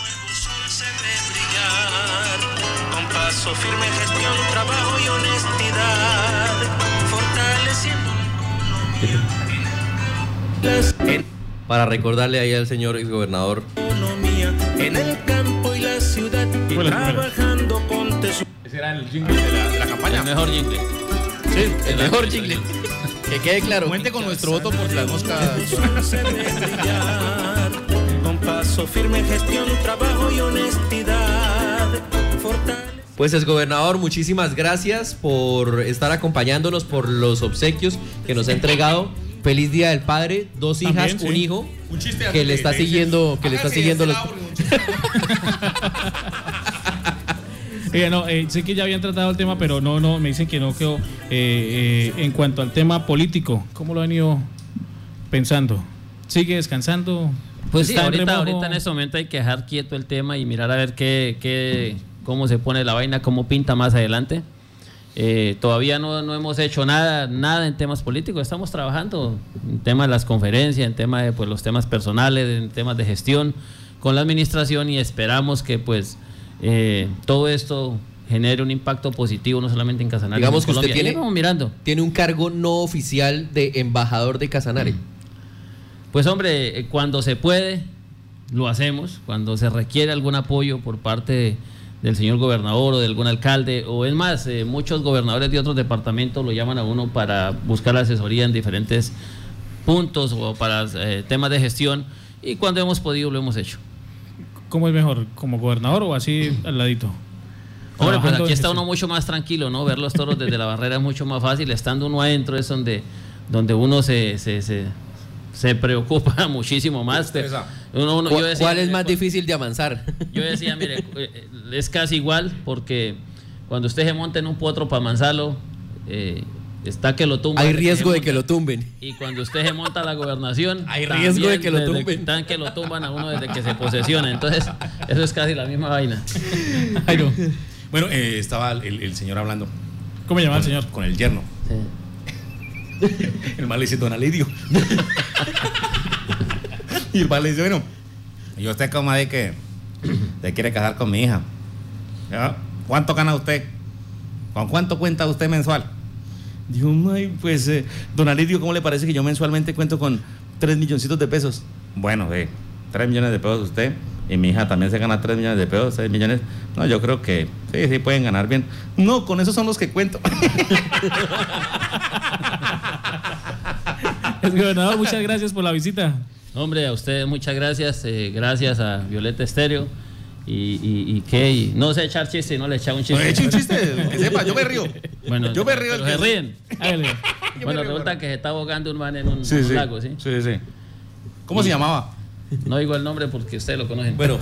Con paso firme, gestión, trabajo y honestidad, fortaleciendo Para recordarle ahí al señor exgobernador. la economía en el campo y la ciudad, y Bueno, trabajando con tesoro. Ese era el jingle de la, de la campaña. El mejor jingle. Sí, el mejor jingle. Que quede claro. Cuente con nuestro voto por las moscas. Se debe brillar, con paso firme, gestión, trabajo y honestidad, fortaleciendo. Pues exgobernador, muchísimas gracias por estar acompañándonos, por los obsequios que nos ha entregado. Feliz Día del Padre, dos hijas, También, sí. un hijo Un chiste que le está de- siguiendo, que le está Hágase siguiendo de los. este lado, Eh, no, eh, sé que ya habían tratado el tema, pero no, no, me dicen que no quedó. Eh, eh, en cuanto al tema político, ¿cómo lo han ido pensando? ¿Sigue descansando? Pues sí, ¿Está en ahorita, remojo? ahorita en este momento hay que dejar quieto el tema y mirar a ver qué, qué, cómo se pone la vaina, cómo pinta más adelante. Eh, todavía no, no hemos hecho nada, nada en temas políticos, estamos trabajando en temas de las conferencias, en temas de pues, los temas personales, en temas de gestión con la administración y esperamos que pues eh, todo esto genere un impacto positivo no solamente en Casanare, Digamos sino que en usted Colombia. tiene, Ahí vamos mirando. tiene un cargo no oficial de embajador de Casanare. Pues hombre, eh, cuando se puede, lo hacemos. Cuando se requiere algún apoyo por parte de- del señor gobernador o de algún alcalde, o es más, eh, muchos gobernadores de otros departamentos lo llaman a uno para buscar asesoría en diferentes puntos o para eh, temas de gestión, y cuando hemos podido lo hemos hecho. ¿Cómo es mejor? ¿Como gobernador o así al ladito? Hombre, pues Trabajando aquí en está gestión. uno mucho más tranquilo, ¿no? Ver los toros desde la barrera es mucho más fácil. Estando uno adentro es donde, donde uno se, se, se, se preocupa muchísimo más. Uno- uno- yo ¿Cuál, decía- cuál es más difícil de amansar? Yo decía, mire, eh, es casi igual porque cuando usted se monta en un potro para amansarlo, eh, está que lo tumba. Hay riesgo de que lo tumben. Y cuando usted se monta a la gobernación, Hay riesgo de también que lo desde- tumben. Están que lo tumban a uno desde que se posesiona. Entonces, eso es casi la misma vaina. Ay, no. Bueno, eh, estaba el, el señor hablando. ¿Cómo se llama el con- señor? Con el yerno. El mal le dice Don Alidio. Y el mal le dice, bueno, y usted como de que se quiere casar con mi hija. ¿Ya? ¿Cuánto gana usted? ¿Con cuánto cuenta usted mensual? Dijo, "Ay, pues, eh, Don Alidio, ¿cómo le parece que yo mensualmente cuento con tres milloncitos de pesos? Bueno, eh, tres millones de pesos usted y mi hija también se gana tres millones de pesos, seis millones. No, yo creo que sí, sí pueden ganar bien. No, con esos son los que cuento. Gobernador, muchas gracias por la visita. Hombre, a ustedes muchas gracias. eh, gracias a Violeta Estéreo. Y, y, y qué, y no sé echar chiste, no le echaba un chiste. No, eche un chiste, que sepa, yo me río. Bueno, Yo me río pero el se que- ríen. Hágale. Bueno, resulta que se está ahogando un man en un, en un lago, ¿sí? Sí, sí. ¿Cómo se llamaba? No digo el nombre porque ustedes lo conocen. Bueno,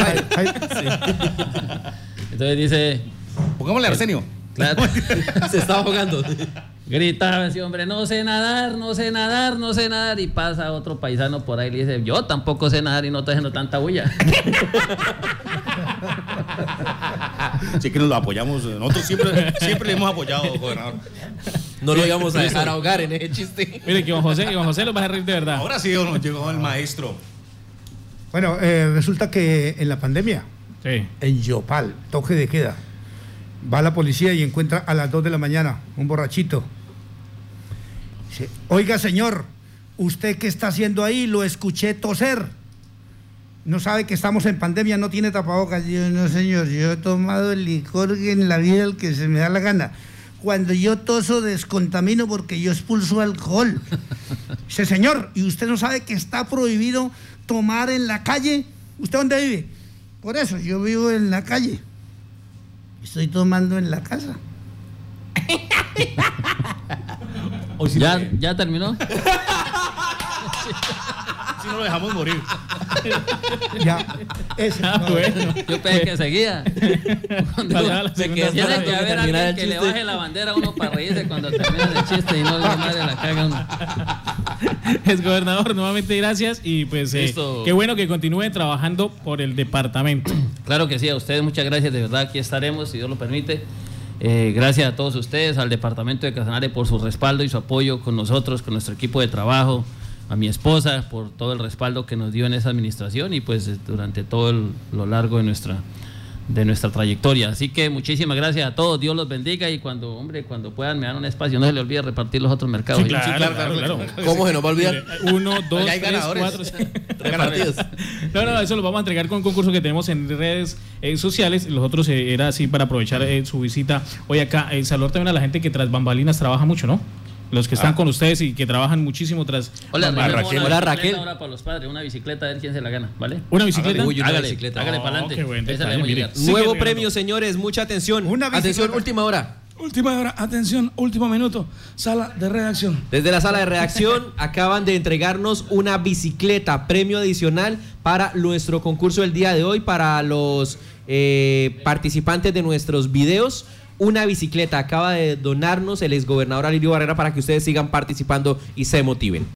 Entonces dice, Pongámosle a Arsenio. claro, se está ahogando. gritaba ese hombre, no sé nadar, no sé nadar, no sé nadar. Y pasa otro paisano por ahí y le dice, yo tampoco sé nadar y no estoy haciendo tanta bulla. Sí que nos lo apoyamos. Nosotros siempre, siempre le hemos apoyado, gobernador. No lo íbamos a dejar ahogar en ese chiste. Mire que Juan José, Juan José lo va a reír de verdad. Ahora sí nos llegó el maestro. Bueno, eh, resulta que en la pandemia, Sí. en Yopal, toque de queda, va la policía y encuentra a las dos de la mañana un borrachito. Dice, oiga señor, ¿usted qué está haciendo ahí? Lo escuché toser. No sabe que estamos en pandemia, no tiene tapabocas. Yo no señor, yo he tomado el licor en la vida el que se me da la gana. Cuando yo toso descontamino porque yo expulso alcohol. Dice, señor, ¿y usted no sabe que está prohibido tomar en la calle? ¿Usted dónde vive? Por eso, yo vivo en la calle. Estoy tomando en la casa. ¿Ya, ¿Ya terminó? Si no lo dejamos morir. Ya, ese. Ah, no. bueno. Yo pensé que seguía. Cuando- Pasaba la segunda Tiene parte. que haber terminar alguien el que le chiste. baje la bandera a uno para reírse cuando termina el chiste y no le madre la caga a uno. Es gobernador, nuevamente gracias y pues eh, Listo. qué bueno que continúe trabajando por el departamento. Claro que sí, a ustedes muchas gracias, de verdad, aquí estaremos, si Dios lo permite. Eh, gracias a todos ustedes, al departamento de Casanare por su respaldo y su apoyo con nosotros, con nuestro equipo de trabajo, a mi esposa por todo el respaldo que nos dio en esa administración y pues durante todo el- lo largo de nuestra de nuestra trayectoria. Así que muchísimas gracias a todos, Dios los bendiga y cuando, hombre, cuando puedan me dan un espacio, no se les olvide repartir los otros mercados. Sí, claro, claro, claro. ¿Cómo se nos va a olvidar? Uno, dos, Ya hay tres, ganadores. cuatro, cinco. Tres partidos. No, no, eso lo vamos a entregar con un concurso que tenemos en redes eh, sociales. Los otros eh, era así para aprovechar eh, su visita hoy acá. Eh, saludar también a la gente que tras bambalinas trabaja mucho, ¿no? los que están Ah. con ustedes y que trabajan muchísimo tras... Hola, Hola, Raquel. Hola, Una Raquel. bicicleta ahora para los padres, una bicicleta, a ver quién se la gana, ¿vale? ¿Una bicicleta? Uy, una hágale, bicicleta. hágale Oh, para adelante. qué buen Esa detalle, le vamos a mire. llegar. Sigue Nuevo pegando. premio, señores, mucha atención. Una bicicleta. Atención, última hora. Última hora, atención, último minuto. Sala de redacción. Desde la sala de redacción acaban de entregarnos una bicicleta, premio adicional para nuestro concurso del día de hoy, para los eh, participantes de nuestros videos. Una bicicleta acaba de donarnos el exgobernador Alirio Barrera para que ustedes sigan participando y se motiven.